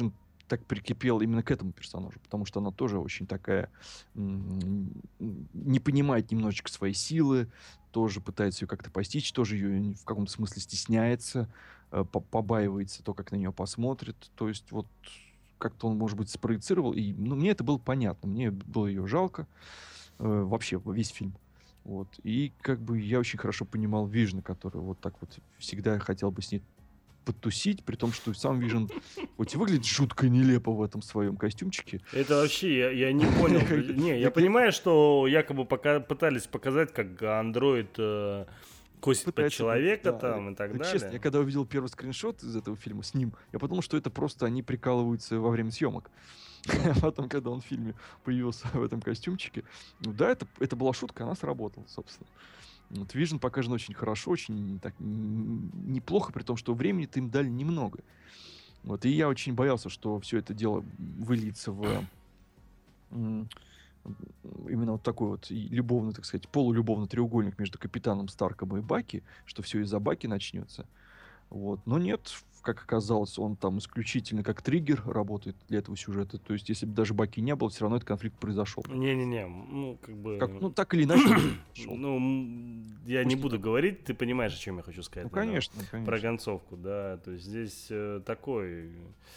Speaker 3: так прикипел именно к этому персонажу, потому что она тоже очень такая, м, не понимает немножечко своей силы, тоже пытается ее как-то постичь, тоже ее в каком-то смысле стесняется, э, по- побаивается то, как на нее посмотрит. То есть вот как-то он, может быть, спроецировал, и ну, мне это было понятно, мне было ее жалко, э, вообще весь фильм. Вот. И как бы я очень хорошо понимал Вижна, который вот так вот всегда хотел бы с ней подтусить, при том, что сам Вижн хоть и выглядит жутко нелепо в этом своем костюмчике.
Speaker 2: Это вообще, я, я не понял. Не, я понимаю, что якобы пока пытались показать, как андроид э, косит под
Speaker 3: Пытается,
Speaker 2: человека
Speaker 3: да,
Speaker 2: там и так
Speaker 3: вот
Speaker 2: далее.
Speaker 3: честно, я когда увидел первый скриншот из этого фильма с ним, я подумал, что это просто они прикалываются во время съемок. А потом, когда он в фильме появился в этом костюмчике, ну да, это, это была шутка, она сработала, собственно. Вот Vision показан очень хорошо, очень так, н- неплохо, при том, что времени-то им дали немного. Вот, и я очень боялся, что все это дело выльется в м, именно вот такой вот и любовный, так сказать, полулюбовный треугольник между капитаном Старком и Баки, что все из-за Баки начнется. Вот. Но нет, как оказалось, он там исключительно как триггер работает для этого сюжета. То есть, если бы даже Баки не было, все равно этот конфликт произошел.
Speaker 2: Не-не-не, ну, как бы...
Speaker 3: Как, ну, так или иначе, он произошел.
Speaker 2: Ну, м, я
Speaker 3: Пусть
Speaker 2: не
Speaker 3: не
Speaker 2: буду
Speaker 3: так.
Speaker 2: говорить, ты понимаешь, о чем я хочу сказать.
Speaker 3: Ну,
Speaker 2: наверное,
Speaker 3: конечно,
Speaker 2: Про
Speaker 3: конечно.
Speaker 2: концовку, да. То есть здесь э, такой...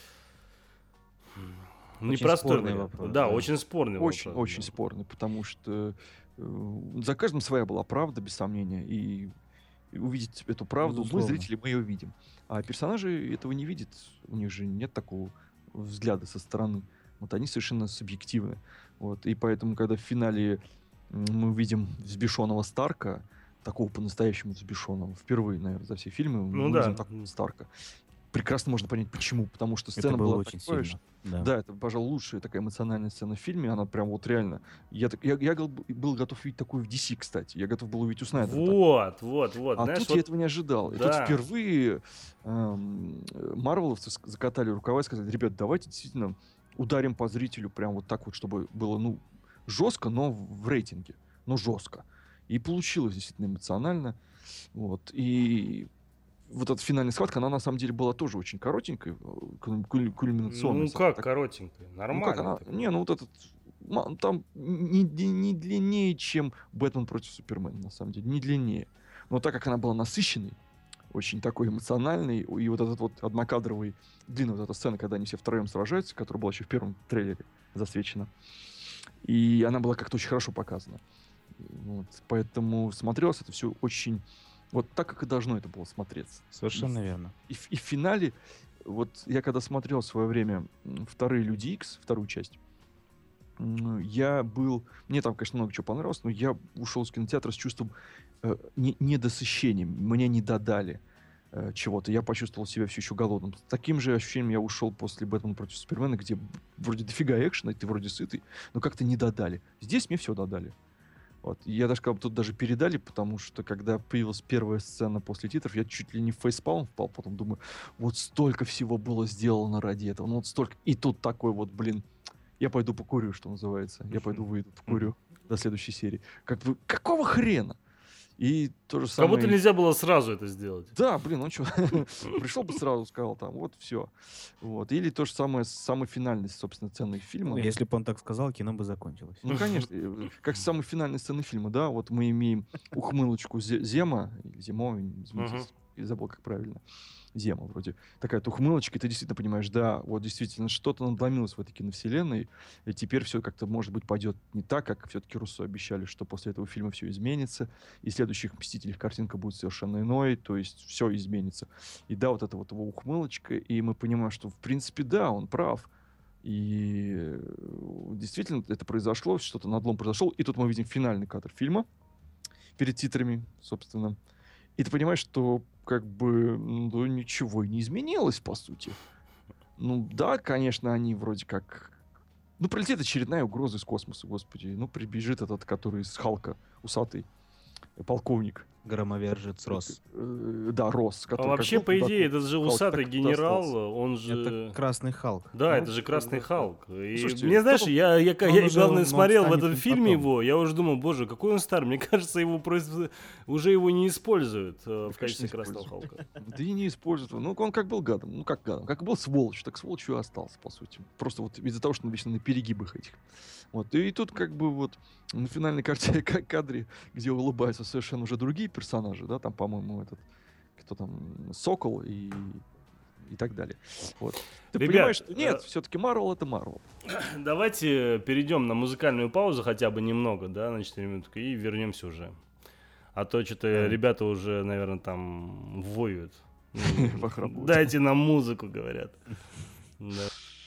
Speaker 2: м,
Speaker 4: Очень
Speaker 2: непростой
Speaker 4: спорный
Speaker 2: вариант.
Speaker 4: вопрос,
Speaker 2: Да,
Speaker 4: да.
Speaker 2: очень спорный
Speaker 3: Очень,
Speaker 2: вопрос.
Speaker 3: очень
Speaker 2: да.
Speaker 3: спорный, потому что э, за каждым своя была правда, без сомнения. И и увидеть эту правду, мы,
Speaker 4: Безусловно.
Speaker 3: зрители, мы ее видим. А персонажи этого не видят. У них же нет такого взгляда со стороны. Вот они совершенно субъективны. Вот. И поэтому, когда в финале м, мы увидим взбешенного Старка, такого по-настоящему взбешенного, впервые, наверное, за все фильмы
Speaker 2: Ну
Speaker 3: мы
Speaker 2: да.
Speaker 3: увидим такого Старка. Прекрасно можно понять, почему. Потому что
Speaker 4: Это
Speaker 3: сцена
Speaker 4: было
Speaker 3: была
Speaker 4: очень
Speaker 3: такая,
Speaker 4: сильно. Да.
Speaker 3: да, это, пожалуй, лучшая такая эмоциональная сцена в фильме. Она прям вот реально... Я, так- я, я гол- был готов видеть такую в ди си, кстати. Я готов был увидеть у Снайдера. так.
Speaker 2: Вот, вот, вот.
Speaker 3: А
Speaker 2: Знаешь,
Speaker 3: тут
Speaker 2: вот...
Speaker 3: я этого не ожидал. И тут
Speaker 2: да.
Speaker 3: впервые эм, э, марвеловцы ск- закатали рукава и сказали: ребят, давайте действительно ударим по зрителю прям вот так вот, чтобы было, ну, жестко, но в в рейтинге. Но жестко. И получилось действительно эмоционально. Вот. И вот эта финальная схватка, она на самом деле была тоже очень коротенькой, э, куль- куль- кульминационной.
Speaker 2: Ну
Speaker 3: самой
Speaker 2: как
Speaker 3: так-
Speaker 2: коротенькая,
Speaker 3: ну как
Speaker 2: нормально.
Speaker 3: она...
Speaker 2: так.
Speaker 3: Не, ну вот этот... ма- Там не, не- не длиннее, чем Бэтмен против Супермена, на самом деле. Не длиннее. Но так как она была насыщенной, очень такой эмоциональный, и вот этот вот однокадровый, длинная вот эта сцена, когда они все втроем сражаются, которая была еще в первом трейлере засвечена. И она была как-то очень хорошо показана. Вот. Поэтому смотрелось это все очень... Вот так, как и должно это было смотреться.
Speaker 4: Совершенно
Speaker 3: И в-
Speaker 4: верно.
Speaker 3: И, в- и в финале, вот я когда смотрел в свое время м, вторые Люди Икс, вторую часть, м, я был... Мне там, конечно, много чего понравилось, но я ушел из кинотеатра с чувством э, не- недосыщения. Мне не додали э, чего-то. Я почувствовал себя все еще голодным. С таким же ощущением я ушел после «Бэтмена против Супермена», где б- вроде дофига экшена, и ты вроде сытый, но как-то не додали. Здесь мне все додали. Вот. И я даже сказал, тут даже передали, потому что когда появилась первая сцена после титров, я чуть ли не в фейспалм впал, потом думаю, вот столько всего было сделано ради этого, ну вот столько. И тут такой вот, блин, я пойду покурю, что называется. Я пойду выйду, покурю до следующей серии. Как вы, какого хрена? И то же
Speaker 2: Как
Speaker 3: самое...
Speaker 2: будто нельзя было сразу это сделать.
Speaker 3: Да, блин, ну что, пришел бы сразу, сказал там, вот все. Вот. Или то же самое с самой финальной, собственно, сценой фильма.
Speaker 4: Ну, если бы он так сказал, кино бы закончилось.
Speaker 3: Ну, конечно, э, как с самой финальной сцены фильма, да, вот мы имеем ухмылочку Зе- Зема, или Зимо, извините,
Speaker 2: Мгм.
Speaker 3: я забыл, как правильно, Зема вроде. Такая вот ухмылочка, и ты действительно понимаешь, да, вот действительно что-то надломилось в этой киновселенной, и теперь все как-то, может быть, пойдет не так, как все-таки Руссо обещали, что после этого фильма все изменится, и в следующих «Мстителях» картинка будет совершенно иной, то есть все изменится. И да, вот это вот его ухмылочка, и мы понимаем, что, в принципе, да, он прав. И э, действительно это произошло, что-то надлом произошел. И тут мы видим финальный кадр фильма перед титрами, собственно. И ты понимаешь, что как бы ну, ничего и не изменилось, по сути. Ну да, конечно, они вроде как... Ну, прилетит очередная угроза из космоса, господи. Ну, прибежит этот, который из Халка, усатый, э, полковник.
Speaker 4: Громовержец Росс.
Speaker 3: Э, Да, Росс.
Speaker 2: А
Speaker 3: который
Speaker 2: вообще,
Speaker 3: как
Speaker 2: по
Speaker 3: был
Speaker 2: идее,
Speaker 3: куда-то
Speaker 2: этот же
Speaker 3: Халк,
Speaker 2: усатый
Speaker 3: так и
Speaker 2: генерал,
Speaker 3: остался.
Speaker 2: он же...
Speaker 4: Это Красный Халк.
Speaker 2: Да,
Speaker 3: Ну,
Speaker 2: это же Красный
Speaker 3: да, да.
Speaker 2: Халк. И
Speaker 3: слушайте,
Speaker 2: мне, знаешь,
Speaker 3: кто-то-
Speaker 2: я, я,
Speaker 4: Он
Speaker 2: я,
Speaker 4: уже-
Speaker 2: главное,
Speaker 4: он
Speaker 2: смотрел в
Speaker 4: станет
Speaker 2: этом
Speaker 4: им
Speaker 2: фильме
Speaker 4: потом.
Speaker 2: его, я уже думал, боже, какой он старый. Мне кажется, его просто уже его не используют э, в
Speaker 3: конечно,
Speaker 2: качестве
Speaker 3: не
Speaker 2: Красного
Speaker 3: используют.
Speaker 2: Халка.
Speaker 3: Да и не используют. Ну, он как был гадом. Ну, как гадом. Как был сволочь, так сволочью и остался, по сути. Просто вот из-за того, что он вечно на перегибах этих. Вот. И, тут как бы вот на финальной карте как кадре, где улыбаются совершенно уже другие персонажи, да, там, по-моему, этот, кто там, Сокол и и так далее. Вот. Ты
Speaker 2: Ребят,
Speaker 3: понимаешь, что нет,
Speaker 2: э,
Speaker 3: все-таки Марвел это Марвел.
Speaker 2: Давайте перейдем на музыкальную паузу хотя бы немного, да, на четыре минутки, и вернемся уже. А то что-то
Speaker 3: Давай.
Speaker 2: ребята уже, наверное, там воют.
Speaker 3: Похрапывают.
Speaker 2: Дайте нам музыку, говорят. Да.